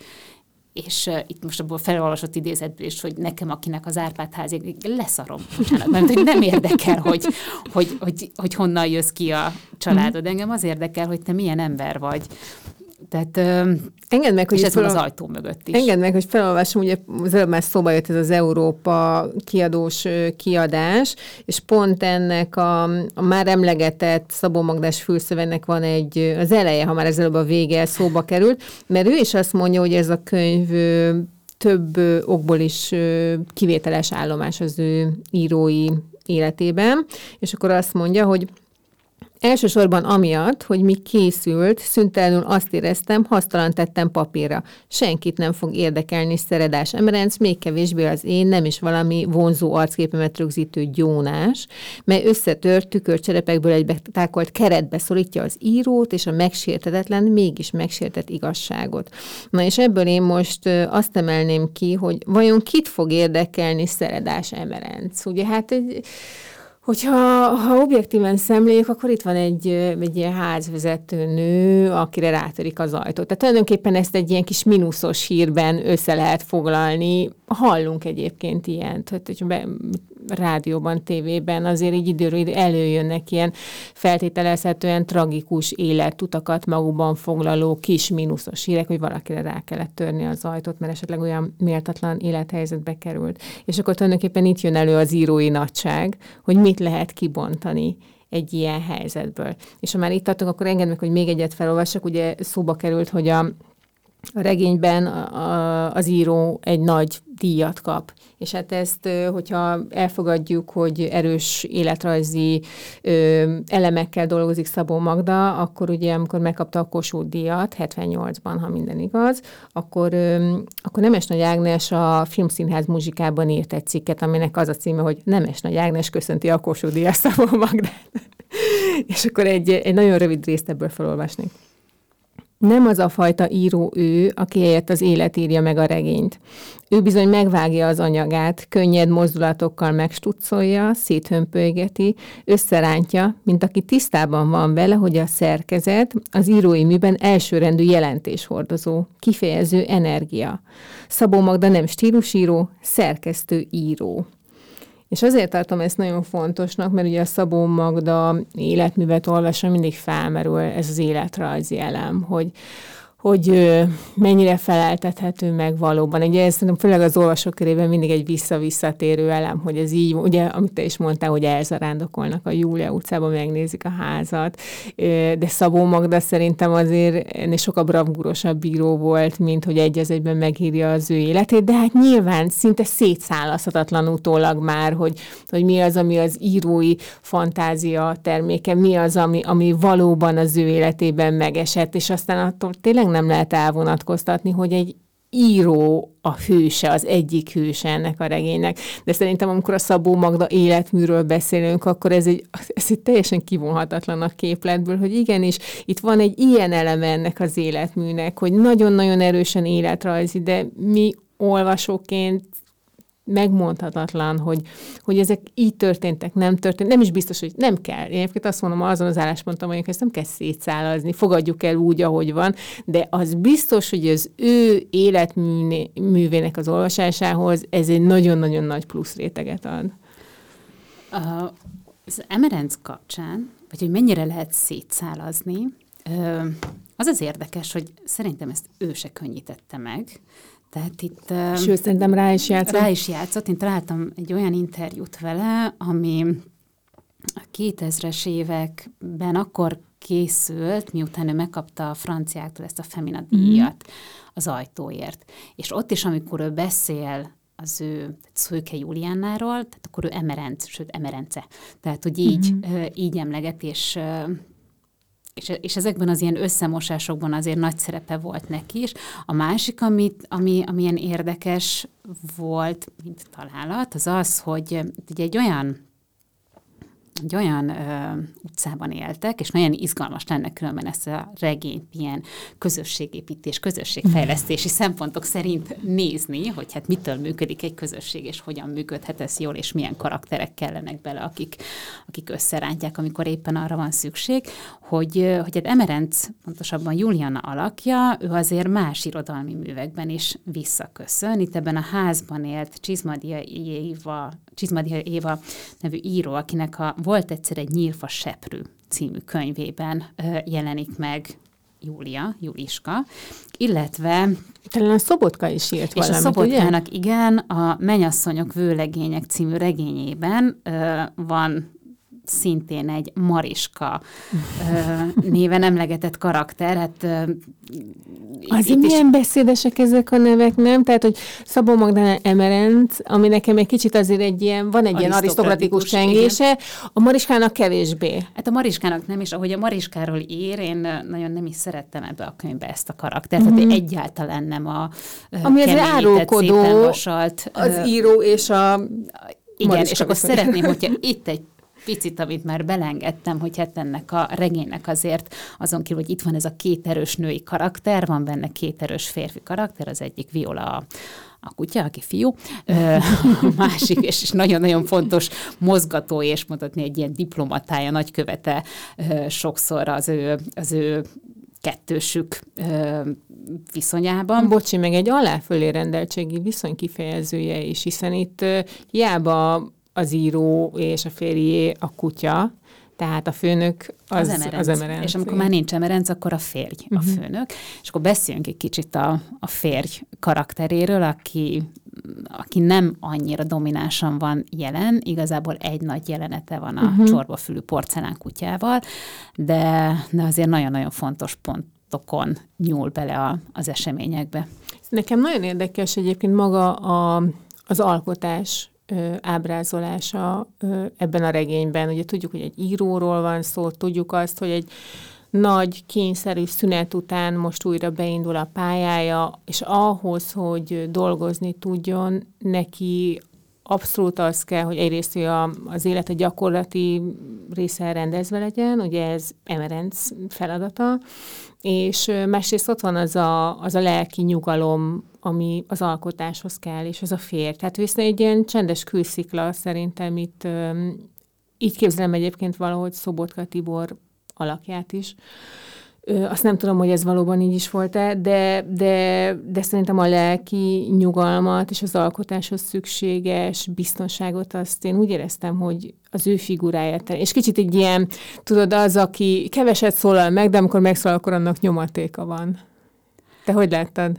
És uh, itt most abból felolvasott idézetből is, hogy nekem, akinek az Árpád-házi, leszarom, bocsánat, mert hogy nem érdekel, hogy, hogy, hogy, hogy honnan jössz ki a családod. Engem az érdekel, hogy te milyen ember vagy. Tehát, engedd meg, hogy és ez fel... van az ajtó mögött is. Engedd meg, hogy felolvasom, ugye az előbb már szóba jött ez az Európa kiadós kiadás, és pont ennek a, a már emlegetett Szabó Magdás fülszövennek van egy, az eleje, ha már ez előbb a vége szóba került, mert ő is azt mondja, hogy ez a könyv több okból is kivételes állomás az ő írói életében, és akkor azt mondja, hogy elsősorban amiatt, hogy mi készült, szüntelenül azt éreztem, hasztalan tettem papírra. Senkit nem fog érdekelni Szeredás Emerenc, még kevésbé az én, nem is valami vonzó arcképemet rögzítő gyónás, mely összetört tükörcserepekből egybe tákolt keretbe szorítja az írót, és a megsértetetlen, mégis megsértett igazságot. Na és ebből én most azt emelném ki, hogy vajon kit fog érdekelni Szeredás Emerenc? Ugye hát egy... Hogyha ha objektíven szemléljük, akkor itt van egy, egy ilyen házvezető nő, akire rátörik az ajtót. Tehát tulajdonképpen ezt egy ilyen kis mínuszos hírben össze lehet foglalni. Hallunk egyébként ilyent, hogy be, rádióban, tévében azért így időről idő előjönnek ilyen feltételezhetően tragikus életutakat magukban foglaló kis mínuszos hírek, hogy valakire rá kellett törni az ajtót, mert esetleg olyan méltatlan élethelyzetbe került. És akkor tulajdonképpen itt jön elő az írói nagyság, hogy mit lehet kibontani egy ilyen helyzetből. És ha már itt tartunk, akkor engedd meg, hogy még egyet felolvassak. Ugye szóba került, hogy a A regényben az író egy nagy díjat kap. És hát ezt, hogyha elfogadjuk, hogy erős életrajzi elemekkel dolgozik Szabó Magda, akkor ugye, amikor megkapta a Kossuth díjat, hetvennyolcban, ha minden igaz, akkor, akkor Nemes Nagy Ágnes a Filmszínház muzsikában írt egy cikket, aminek az a címe, hogy Nemes Nagy Ágnes köszönti a Kossuth díjas Szabó Magdát. És akkor egy, egy nagyon rövid részt ebből felolvasnék. Nem az a fajta író ő, aki helyett az élet írja meg a regényt. Ő bizony megvágja az anyagát, könnyed mozdulatokkal megstuccolja, széthömpölygeti, összerántja, mint aki tisztában van vele, hogy a szerkezet az írói műben elsőrendű jelentéshordozó, kifejező energia. Szabó Magda nem stílusíró, szerkesztő író. És azért tartom ezt nagyon fontosnak, mert ugye a Szabó Magda életművet olvasva mindig felmerül ez az életrajzi elem, hogy, hogy mennyire feleltethető meg valóban. Ugye ez szerintem főleg az olvasók körében mindig egy vissza-visszatérő elem, hogy ez így, ugye, amit te is mondtál, hogy elzarándokolnak a Júlia utcában, megnézik a házat, de Szabó Magda szerintem azért ennél sokkal bravúrosabb bíró volt, mint hogy egy az egyben megírja az ő életét, de hát nyilván szinte szétszállazhatatlan utólag már, hogy, hogy mi az, ami az írói fantázia terméke, mi az, ami, ami valóban az ő életében megesett, és aztán attól tényleg nem lehet elvonatkoztatni, hogy egy író a hőse, az egyik hőse ennek a regénynek. De szerintem, amikor a Szabó Magda életműről beszélünk, akkor ez egy, ez egy teljesen kivonhatatlan a képletből, hogy igenis, itt van egy ilyen eleme ennek az életműnek, hogy nagyon-nagyon erősen életrajzi, de mi olvasóként megmondhatatlan, hogy, hogy ezek így történtek, nem történt. Nem is biztos, hogy nem kell. Én egyébként azt mondom, azon az állásponton vagyunk, ezt nem kell szétszálazni, fogadjuk el úgy, ahogy van, de az biztos, hogy az ő életművének az olvasásához ez egy nagyon-nagyon nagy plusz réteget ad. Az Emerenc kapcsán, vagy hogy mennyire lehet szétszálazni, az az érdekes, hogy szerintem ezt ő se könnyítette meg. Tehát itt... Sőt, szerintem rá is játszott. Rá is játszott. Én találtam egy olyan interjút vele, ami a kétezres években akkor készült, miután ő megkapta a franciáktól ezt a Femina díjat mm. az Ajtóért. És ott is, amikor ő beszél az ő Szőke Juliánnáról, tehát akkor ő Emerenc, sőt Emerence. Tehát, hogy így, mm-hmm. így emleget, és... És, és ezekben az ilyen összemosásokban azért nagy szerepe volt neki is. A másik, amit, ami, ami ilyen érdekes volt, mint találat, az az, hogy ugye egy olyan egy olyan ö, utcában éltek, és nagyon izgalmas lenne különben ezt a regényt ilyen közösségépítés, közösségfejlesztési szempontok szerint nézni, hogy hát mitől működik egy közösség, és hogyan működhet ez jól, és milyen karakterek kellenek bele, akik, akik összerántják, amikor éppen arra van szükség, hogy, hogy hát Emerenc, pontosabban Juliana alakja, ő azért más irodalmi művekben is visszaköszön. Itt ebben a házban élt Csizmadia Éva, Csizmadia Éva nevű író, akinek a Volt egyszer egy nyírfa seprű című könyvében ö, jelenik meg Júlia, Juliska, illetve... Talán a Szobotka is írt és valamit, a Szobotkának, ugye? igen, a Mennyasszonyok vőlegények című regényében ö, van szintén egy Mariska ö, néven emlegetett karakter. Hát, ö, azért milyen is... beszédesek ezek a nevek, nem? Tehát, hogy Szabó Magdalena Emerenc, ami nekem egy kicsit azért egy ilyen, van egy ilyen arisztokratikus csengése, a Mariskának kevésbé. Hát a Mariskának nem, és ahogy a Mariskáról ír, én nagyon nem is szerettem ebbe a könyvbe ezt a karaktert, uh-huh. tehát egyáltalán nem a ami azért árulkodó vasalt, az író és a igen, Mariska és akkor viszont. szeretném, hogyha itt egy picit, amit már belengedtem, hogy hát ennek a regénynek azért azon kívül, hogy itt van ez a két erős női karakter, van benne két erős férfi karakter, az egyik Viola a, a kutya, aki fiú, a másik, és nagyon-nagyon fontos mozgató, és mondhatni egy ilyen diplomatája, nagykövete sokszor az ő, az ő kettősük ö, viszonyában. Bocsi, meg egy alá-fölé rendeltségi viszony kifejezője is, hiszen itt uh, hiába az író és a férjé a kutya, tehát a főnök az, az Emerenc. Az Emerenc. És amikor már nincs Emerenc, akkor a férj uh-huh. a főnök. És akkor beszéljünk egy kicsit a, a férj karakteréről, aki, aki nem annyira dominánsan van jelen, igazából egy nagy jelenete van a uh-huh. csorbafülű porcelán kutyával, de, de azért nagyon-nagyon fontos pontokon nyúl bele a, az eseményekbe. Nekem nagyon érdekes egyébként maga a, az alkotás ábrázolása ebben a regényben. Ugye tudjuk, hogy egy íróról van szó, tudjuk azt, hogy egy nagy kényszerű szünet után most újra beindul a pályája, és ahhoz, hogy dolgozni tudjon, neki abszolút az kell, hogy egyrészt hogy a, az élet a gyakorlati része rendezve legyen, ugye ez Emerenc feladata, és másrészt ott van az a, az a lelki nyugalom, ami az alkotáshoz kell, és az a férj. Tehát viszont egy ilyen csendes külszikla szerintem itt, um, így képzelem egyébként valahogy Szobotka Tibor alakját is. Ö, azt nem tudom, hogy ez valóban így is volt-e, de, de, de szerintem a lelki nyugalmat és az alkotáshoz szükséges biztonságot azt én úgy éreztem, hogy az ő figuráját. És kicsit egy ilyen, tudod, az, aki keveset szólal meg, de amikor megszólal, akkor annak nyomatéka van. Te hogy láttad?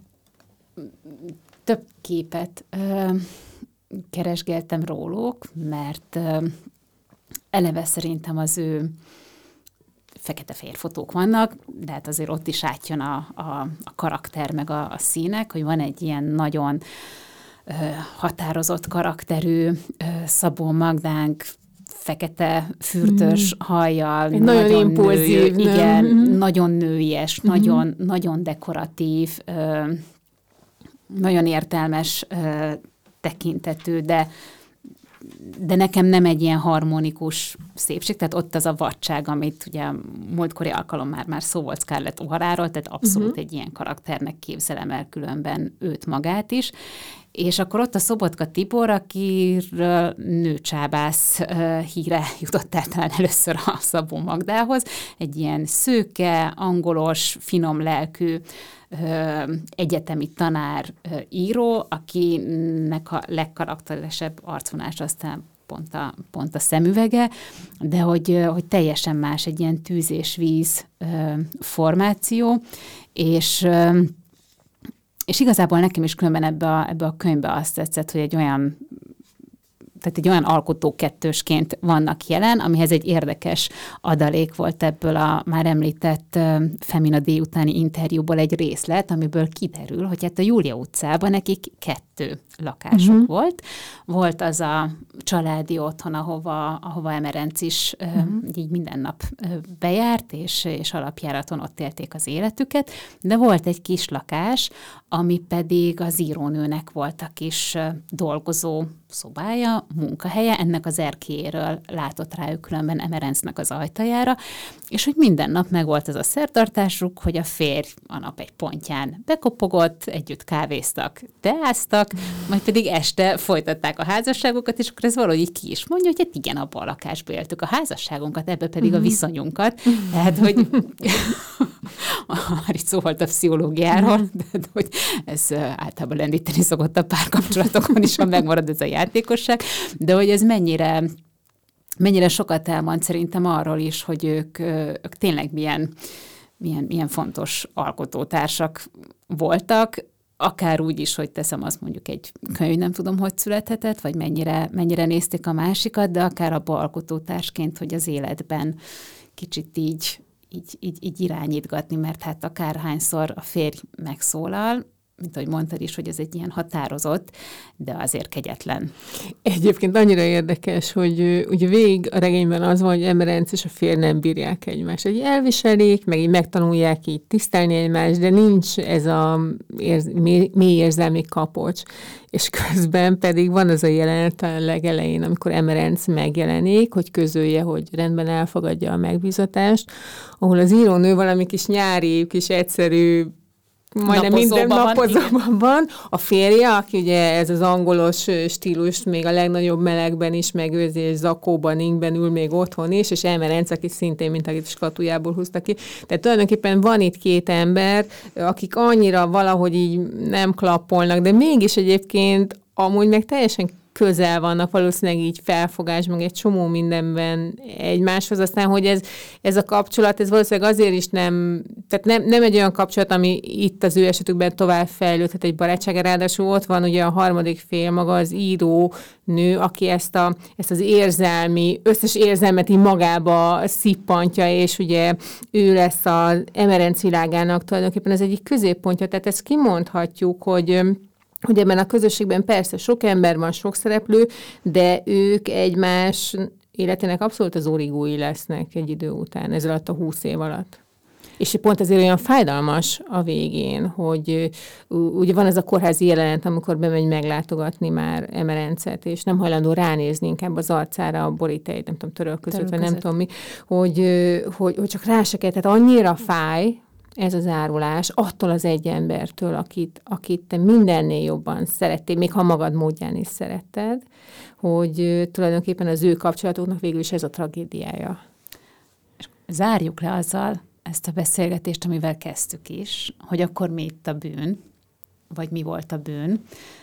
Több képet ö, keresgéltem róluk, mert ö, eleve szerintem az ő fekete-fehér fotók vannak, de hát azért ott is átjön a, a, a karakter meg a, a színek, hogy van egy ilyen nagyon ö, határozott karakterű ö, Szabó Magdánk, fekete fürtös mm. hajjal, egy nagyon, nagyon impulzív, nő, igen, mm. nagyon nőies, mm. nagyon, nagyon dekoratív, ö, nagyon értelmes ö, tekintetű, de de nekem nem egy ilyen harmonikus szépség, tehát ott az a vadság, amit ugye múltkori alkalom már, már szó volt Scarlett O'Hara-ról, tehát abszolút uh-huh. egy ilyen karakternek képzelem el különben őt magát is. És akkor ott a Szobotka Tibor, akiről nőcsábász uh, híre jutott el talán először a Szabó Magdához, egy ilyen szőke, angolos, finom lelkű, uh, egyetemi tanár uh, író, akinek a legkarakteresebb arcvonása aztán pont a, pont a szemüvege, de hogy, hogy teljesen más, egy ilyen tűz és víz uh, formáció, és uh, És igazából nekem is különben ebbe a, ebbe a könyvbe azt tetszett, hogy egy olyan, tehát egy olyan alkotó kettősként vannak jelen, amihez egy érdekes adalék volt ebből a már említett uh, Femina délutáni interjúból egy részlet, amiből kiderül, hogy hát a Júlia utcában nekik kettő lakásuk uh-huh. volt. Volt az a családi otthon, ahova, ahova Emerenc is uh, uh-huh. így minden nap uh, bejárt, és, és alapjáraton ott élték az életüket, de volt egy kis lakás, ami pedig az írónőnek volt a kis uh, dolgozó szobája, munkahelye, ennek az erkélyéről látott rájuk különben Emerencnek az ajtajára, és hogy minden nap megvolt ez a szertartásuk, hogy a férj a nap egy pontján bekopogott, együtt kávéztak, teáztak, majd pedig este folytatták a házasságokat, és akkor ez valahogy így ki is mondja, hogy hát igen, abban a lakásban éltük a házasságunkat, ebbe pedig a viszonyunkat. Tehát, hogy már itt szó volt a pszichológiáról, de hogy ez általában lendíteni szokott a párkapcsolatokon is, ha megmarad ez a játékosság, de hogy ez mennyire, mennyire sokat elmond szerintem arról is, hogy ők, ők tényleg milyen, milyen, milyen fontos alkotótársak voltak, akár úgy is, hogy teszem azt mondjuk egy könyv, nem tudom, hogy születhetett, vagy mennyire, mennyire nézték a másikat, de akár abba alkotótársként, hogy az életben kicsit így, így, így, így irányítgatni, mert hát akárhányszor a férj megszólal, mint ahogy mondtad is, hogy ez egy ilyen határozott, de azért kegyetlen. Egyébként annyira érdekes, hogy ugye végig a regényben az van, hogy Emerenc és a férj nem bírják egymást. Egy elviselik, meg így megtanulják így tisztelni egymást, de nincs ez a érz, mély, mély érzelmi kapocs. És közben pedig van az a jelenet a legelején, amikor Emerenc megjelenik, hogy közölje, hogy rendben elfogadja a megbízatást, ahol az írónő valami kis nyári, kis egyszerű majdnem minden napozóban van. A férje, aki ugye ez az angolos stílust még a legnagyobb melegben is megőrzi, és zakóban, inkben ül még otthon is, és Emerenc, aki szintén, mint akit skatujából húzta ki. Tehát tulajdonképpen van itt két ember, akik annyira valahogy így nem klappolnak, de mégis egyébként amúgy meg teljesen közel vannak, valószínűleg így felfogás, meg egy csomó mindenben egymáshoz, aztán, hogy ez, ez a kapcsolat, ez valószínűleg azért is nem, tehát nem, nem egy olyan kapcsolat, ami itt az ő esetükben tovább fejlődhet egy barátság, ráadásul ott van ugye a harmadik fél, maga az író nő, aki ezt, a, ezt az érzelmi, összes érzelmet így magába szippantja, és ugye ő lesz az Emerenc világának tulajdonképpen ez egyik középpontja, tehát ezt kimondhatjuk, hogy hogy ebben a közösségben persze sok ember van, sok szereplő, de ők egymás életének abszolút az origói lesznek egy idő után, ez alatt a húsz év alatt. És pont ezért olyan fájdalmas a végén, hogy ugye van ez a kórházi jelenet, amikor bemegy meglátogatni már Emerencet, és nem hajlandó ránézni inkább az arcára a boríteit, nem tudom, töröl között, vagy nem tudom mi, hogy, hogy, hogy csak rá se kell, tehát annyira fáj, ez az árulás attól az egy embertől, akit, akit te mindennél jobban szerettél, még ha magad módján is szeretted, hogy tulajdonképpen az ő kapcsolatoknak végül is ez a tragédiája. Zárjuk le azzal ezt a beszélgetést, amivel kezdtük is, hogy akkor mi itt a bűn, vagy mi volt a bűn,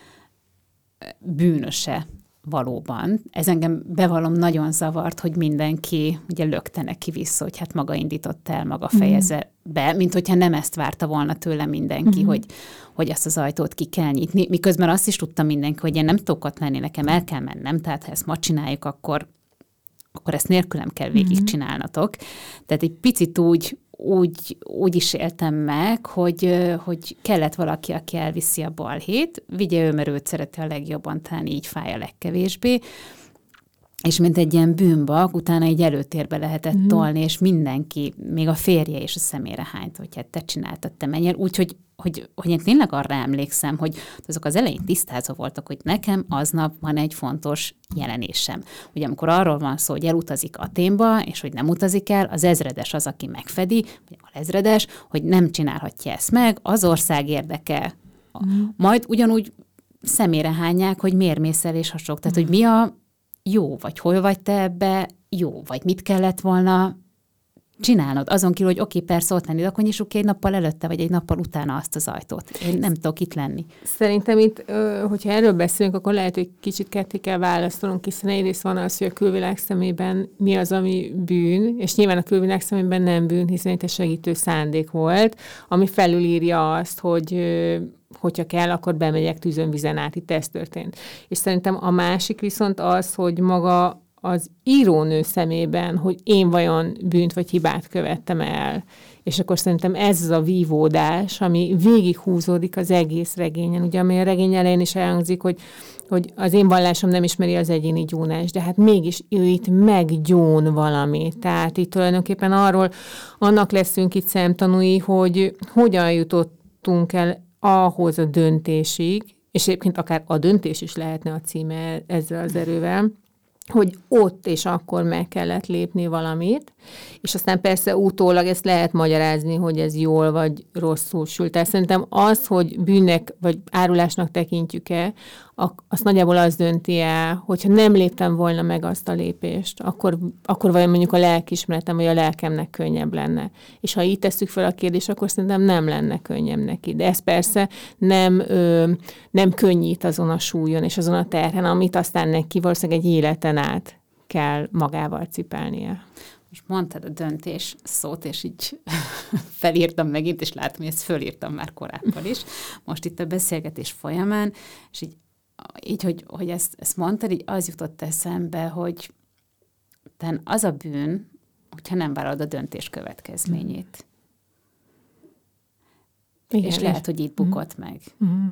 bűnöse valóban. Ez engem bevallom nagyon zavart, hogy mindenki ugye lökte neki vissza, hogy hát maga indított el, maga fejeze be, mint hogyha nem ezt várta volna tőle mindenki, mm. hogy, hogy ezt az ajtót ki kell nyitni. Miközben azt is tudta mindenki, hogy én nem tudok ott lenni, nekem el kell mennem, tehát ha ezt ma csináljuk, akkor, akkor ezt nélkülem kell végigcsinálnatok. Tehát egy picit úgy, úgy, úgy is éltem meg, hogy, hogy kellett valaki, aki elviszi a balhét, vigye ő, mert őt szereti a legjobban, talán így fáj a legkevésbé, és mint egy ilyen bűnbak, utána egy előtérbe lehetett mm. tolni, és mindenki, még a férje és a szemére hányt, hogy hát te csináltad, te menjél. Úgyhogy hogy, hogy én tényleg arra emlékszem, hogy azok az elején tisztázva voltak, hogy nekem aznap van egy fontos jelenésem. Ugye amikor arról van szó, hogy elutazik Athénba, és hogy nem utazik el, az ezredes az, aki megfedi, vagy a ezredes, hogy nem csinálhatja ezt meg, az ország érdeke. Mm. Majd ugyanúgy szemére hányják, hogy miért mész el, és hasonlók. Tehát, hogy mi a jó, vagy hol vagy te ebbe jó, vagy mit kellett volna csinálnod. Azon kívül, hogy oké, persze ott lenni, de akkor nyissuk ki egy nappal előtte, vagy egy nappal utána azt az ajtót. Én nem tudok itt lenni. Szerintem itt, hogyha erről beszélünk, akkor lehet, hogy kicsit ketté kell választanunk, hiszen egyrészt van az, hogy a külvilág szemében mi az, ami bűn, és nyilván a külvilág szemében nem bűn, hiszen itt egy segítő szándék volt, ami felülírja azt, hogy hogyha kell, akkor bemegyek tűzön vizen át, itt ez történt. És szerintem a másik viszont az, hogy maga az írónő szemében, hogy én vajon bűnt vagy hibát követtem el. És akkor szerintem ez az a vívódás, ami végighúzódik az egész regényen. Ugye, ami a regény elején is elhangzik, hogy, hogy az én vallásom nem ismeri az egyéni gyónást, de hát mégis ő itt meggyón valamit. Tehát itt tulajdonképpen arról, annak leszünk itt szemtanúi, hogy hogyan jutottunk el ahhoz a döntésig, és egyébként akár a döntés is lehetne a címe ezzel az erővel, hogy ott és akkor meg kellett lépni valamit, és aztán persze utólag ezt lehet magyarázni, hogy ez jól vagy rosszul sült. Tehát szerintem az, hogy bűnnek vagy árulásnak tekintjük-e, azt nagyjából az dönti el, hogyha nem léptem volna meg azt a lépést, akkor, akkor vajon mondjuk a lelkiismeretem vagy a lelkemnek könnyebb lenne. És ha így tesszük fel a kérdést, akkor szerintem nem lenne könnyebb neki. De ez persze nem, ö, nem könnyít azon a súlyon és azon a terhen, amit aztán neki valószínűleg egy életen át kell magával cipelnie. Most mondtad a döntés szót, és így felírtam megint, és látom, hogy ezt fölírtam már korábban is. Most itt a beszélgetés folyamán, és így, így hogy, hogy ezt, ezt mondtad, így az jutott eszembe, hogy ten az a bűn, hogyha nem várod a döntés következményét. Igen, és lehet, és... hogy itt bukott mm. meg. Mm.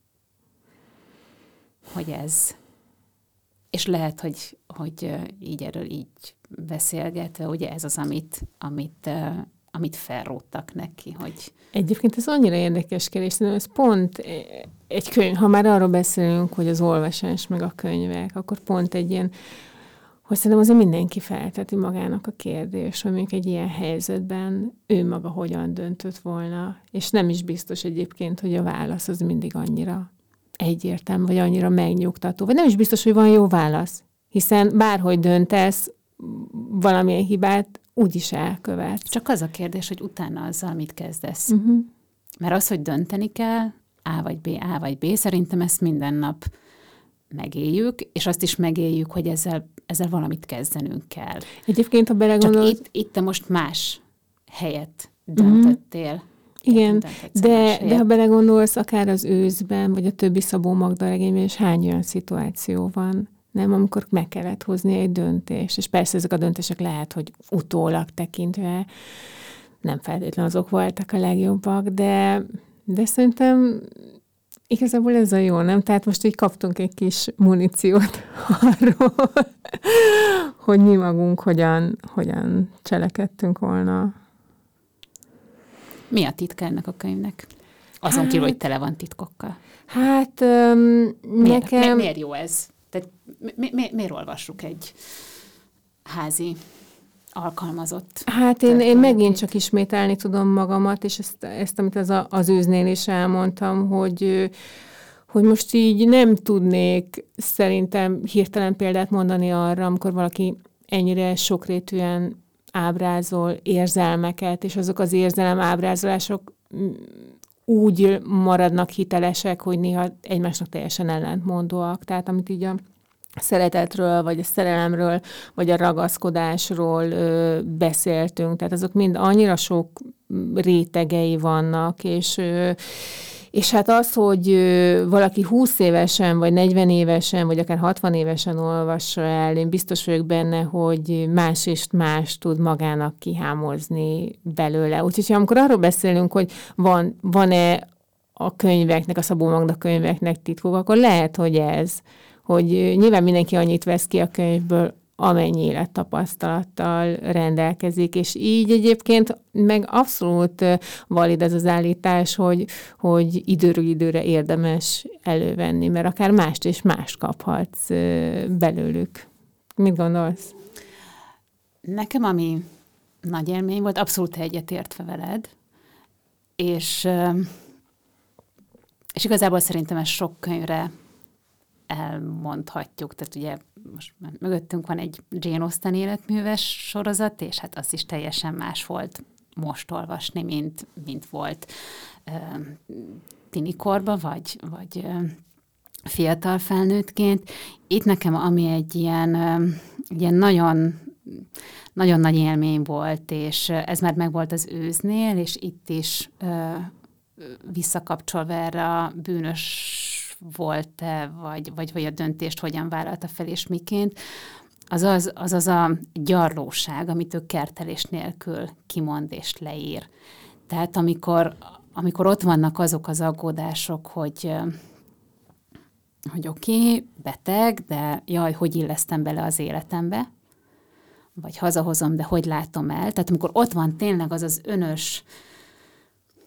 Hogy ez... És lehet, hogy, hogy így erről így beszélgetve, ugye ez az, amit, amit, amit felróttak neki, hogy... Egyébként ez annyira érdekes kérdés, szerintem ez pont egy könyv, ha már arról beszélünk, hogy az olvasás meg a könyvek, akkor pont egy ilyen, hogy szerintem azért mindenki felteti magának a kérdés, hogy mondjuk egy ilyen helyzetben ő maga hogyan döntött volna, és nem is biztos egyébként, hogy a válasz az mindig annyira egyértelmű, vagy annyira megnyugtató. Vagy nem is biztos, hogy van jó válasz. Hiszen bárhogy döntesz, valamilyen hibát úgyis elkövetsz. Csak az a kérdés, hogy utána azzal mit kezdesz. Uh-huh. Mert az, hogy dönteni kell, A vagy B, A vagy B, szerintem ezt minden nap megéljük, és azt is megéljük, hogy ezzel, ezzel valamit kezdenünk kell. Egyébként, ha belegondolsz... Csak itt, itt te most más helyet döntöttél. Uh-huh. Igen, de, de ha belegondolsz, akár az őszben, vagy a többi Szabó Magda regényben is hány olyan szituáció van, nem, amikor meg kellett hozni egy döntést. És persze ezek a döntések lehet, hogy utólag tekintve nem feltétlenül azok voltak a legjobbak, de, de szerintem igazából ez a jó, nem? Tehát most így kaptunk egy kis muníciót arról, hogy mi magunk hogyan, hogyan cselekedtünk volna. Mi a titka ennek a könyvnek? Azon hát, kívül, hogy tele van titkokkal. Hát um, miért, nekem... Miért, miért jó ez? Tehát mi, mi, miért olvassuk egy házi alkalmazott? Hát én, én megint csak ismételni tudom magamat, és ezt, ezt amit az, a, az őznél is elmondtam, hogy, hogy most így nem tudnék szerintem hirtelen példát mondani arra, amikor valaki ennyire sokrétűen ábrázol érzelmeket, és azok az érzelem ábrázolások úgy maradnak hitelesek, hogy néha egymásnak teljesen ellentmondóak. Tehát amit így a szeretetről, vagy a szerelemről, vagy a ragaszkodásról ö, beszéltünk, tehát azok mind annyira sok rétegei vannak, és ö, És hát az, hogy valaki húsz évesen, vagy negyven évesen, vagy akár hatvan évesen olvassa el, én biztos vagyok benne, hogy más és más tud magának kihámozni belőle. Úgyhogy amikor arról beszélünk, hogy van, van-e a könyveknek, a Szabó Magda könyveknek titkok, akkor lehet, hogy ez, hogy nyilván mindenki annyit vesz ki a könyvből, amennyi élettapasztalattal rendelkezik, és így egyébként meg abszolút valid ez az állítás, hogy, hogy időről időre érdemes elővenni, mert akár mást és mást kaphatsz belőlük. Mit gondolsz? Nekem, ami nagy élmény volt, abszolút egyetértve veled, és, és igazából szerintem ez sok könyvre elmondhatjuk. Tehát ugye most mögöttünk van egy Jane Austen életműves sorozat, és hát az is teljesen más volt most olvasni, mint, mint volt uh, tinikorban, vagy, vagy uh, fiatal felnőttként. Itt nekem, ami egy ilyen, uh, ilyen nagyon, nagyon nagy élmény volt, és ez már megvolt az őznél, és itt is uh, visszakapcsolva erre a bűnös volt-e, vagy, vagy, vagy a döntést hogyan vállalta fel, és miként, az az, az az a gyarlóság, amit ő kertelés nélkül kimond és leír. Tehát amikor, amikor ott vannak azok az aggódások, hogy, hogy oké, okay, beteg, de jaj, hogy illesztem bele az életembe, vagy hazahozom, de hogy látom el. Tehát amikor ott van tényleg az az önös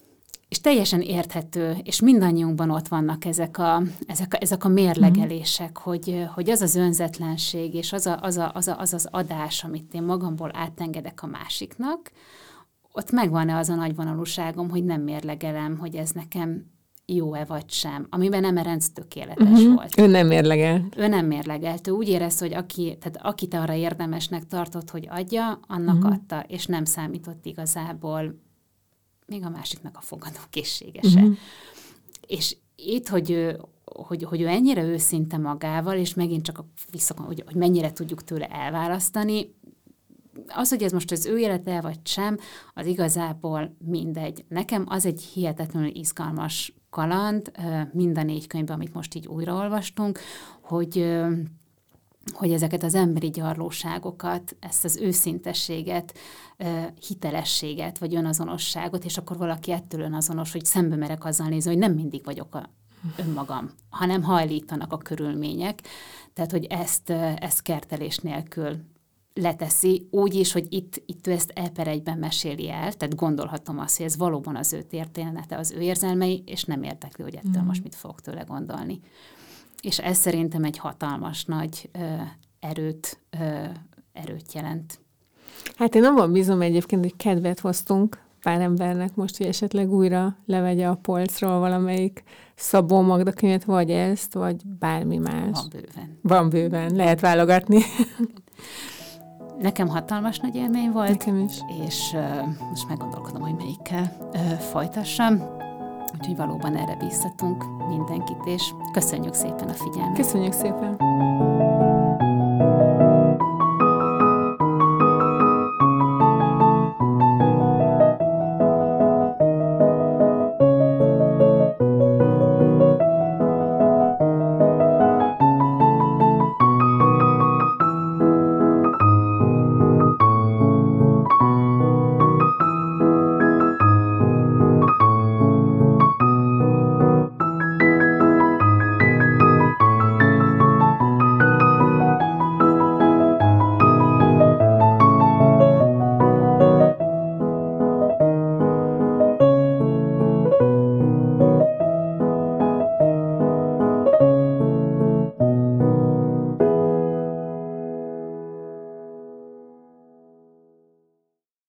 és teljesen érthető, és mindannyiunkban ott vannak ezek a, ezek a, ezek a mérlegelések, mm. hogy, hogy az az önzetlenség, és az, a, az, a, az, a, az az adás, amit én magamból átengedek a másiknak, ott megvan-e az a nagyvonalúságom, hogy nem mérlegelem, hogy ez nekem jó-e vagy sem, amiben Emerenc tökéletes uh-huh. volt. Ő nem mérlegel. Ő nem mérlegelt. Ő úgy érezte, hogy aki, tehát akit arra érdemesnek tartott, hogy adja, annak uh-huh. adta, és nem számított igazából még a másiknak a fogadókészsége se. Uh-huh. És itt, hogy ő, hogy, hogy ő ennyire őszinte magával, és megint csak a vissza, hogy, hogy mennyire tudjuk tőle elválasztani, az, hogy ez most az ő élete vagy sem, az igazából mindegy. Nekem az egy hihetetlenül izgalmas kaland, mind a négy könyvben, amit most így újraolvastunk, hogy, hogy ezeket az emberi gyarlóságokat, ezt az őszintességet, hitelességet, vagy önazonosságot, és akkor valaki ettől önazonos, hogy szembe merek azzal nézni, hogy nem mindig vagyok a önmagam, hanem hajlítanak a körülmények. Tehát, hogy ezt, ezt kertelés nélkül leteszi, úgy is, hogy itt, itt ő ezt e per egyben meséli el, tehát gondolhatom azt, hogy ez valóban az ő története, az ő érzelmei, és nem érdekli, hogy ettől mm. most mit fogok tőle gondolni. És ez szerintem egy hatalmas nagy ö, erőt, ö, erőt jelent. Hát én abban bízom egyébként, hogy kedvet hoztunk pár embernek most, hogy esetleg újra levegye a polcról valamelyik Szabó Magda könyvet, vagy ezt, vagy bármi más. Van bőven. Van bőven, lehet válogatni. Nekem hatalmas nagy élmény volt. Nekem is. És uh, most meggondolkodom, hogy melyikkel uh, folytassam. Úgyhogy valóban erre bíztatunk mindenkit, és köszönjük szépen a figyelmet. Köszönjük szépen.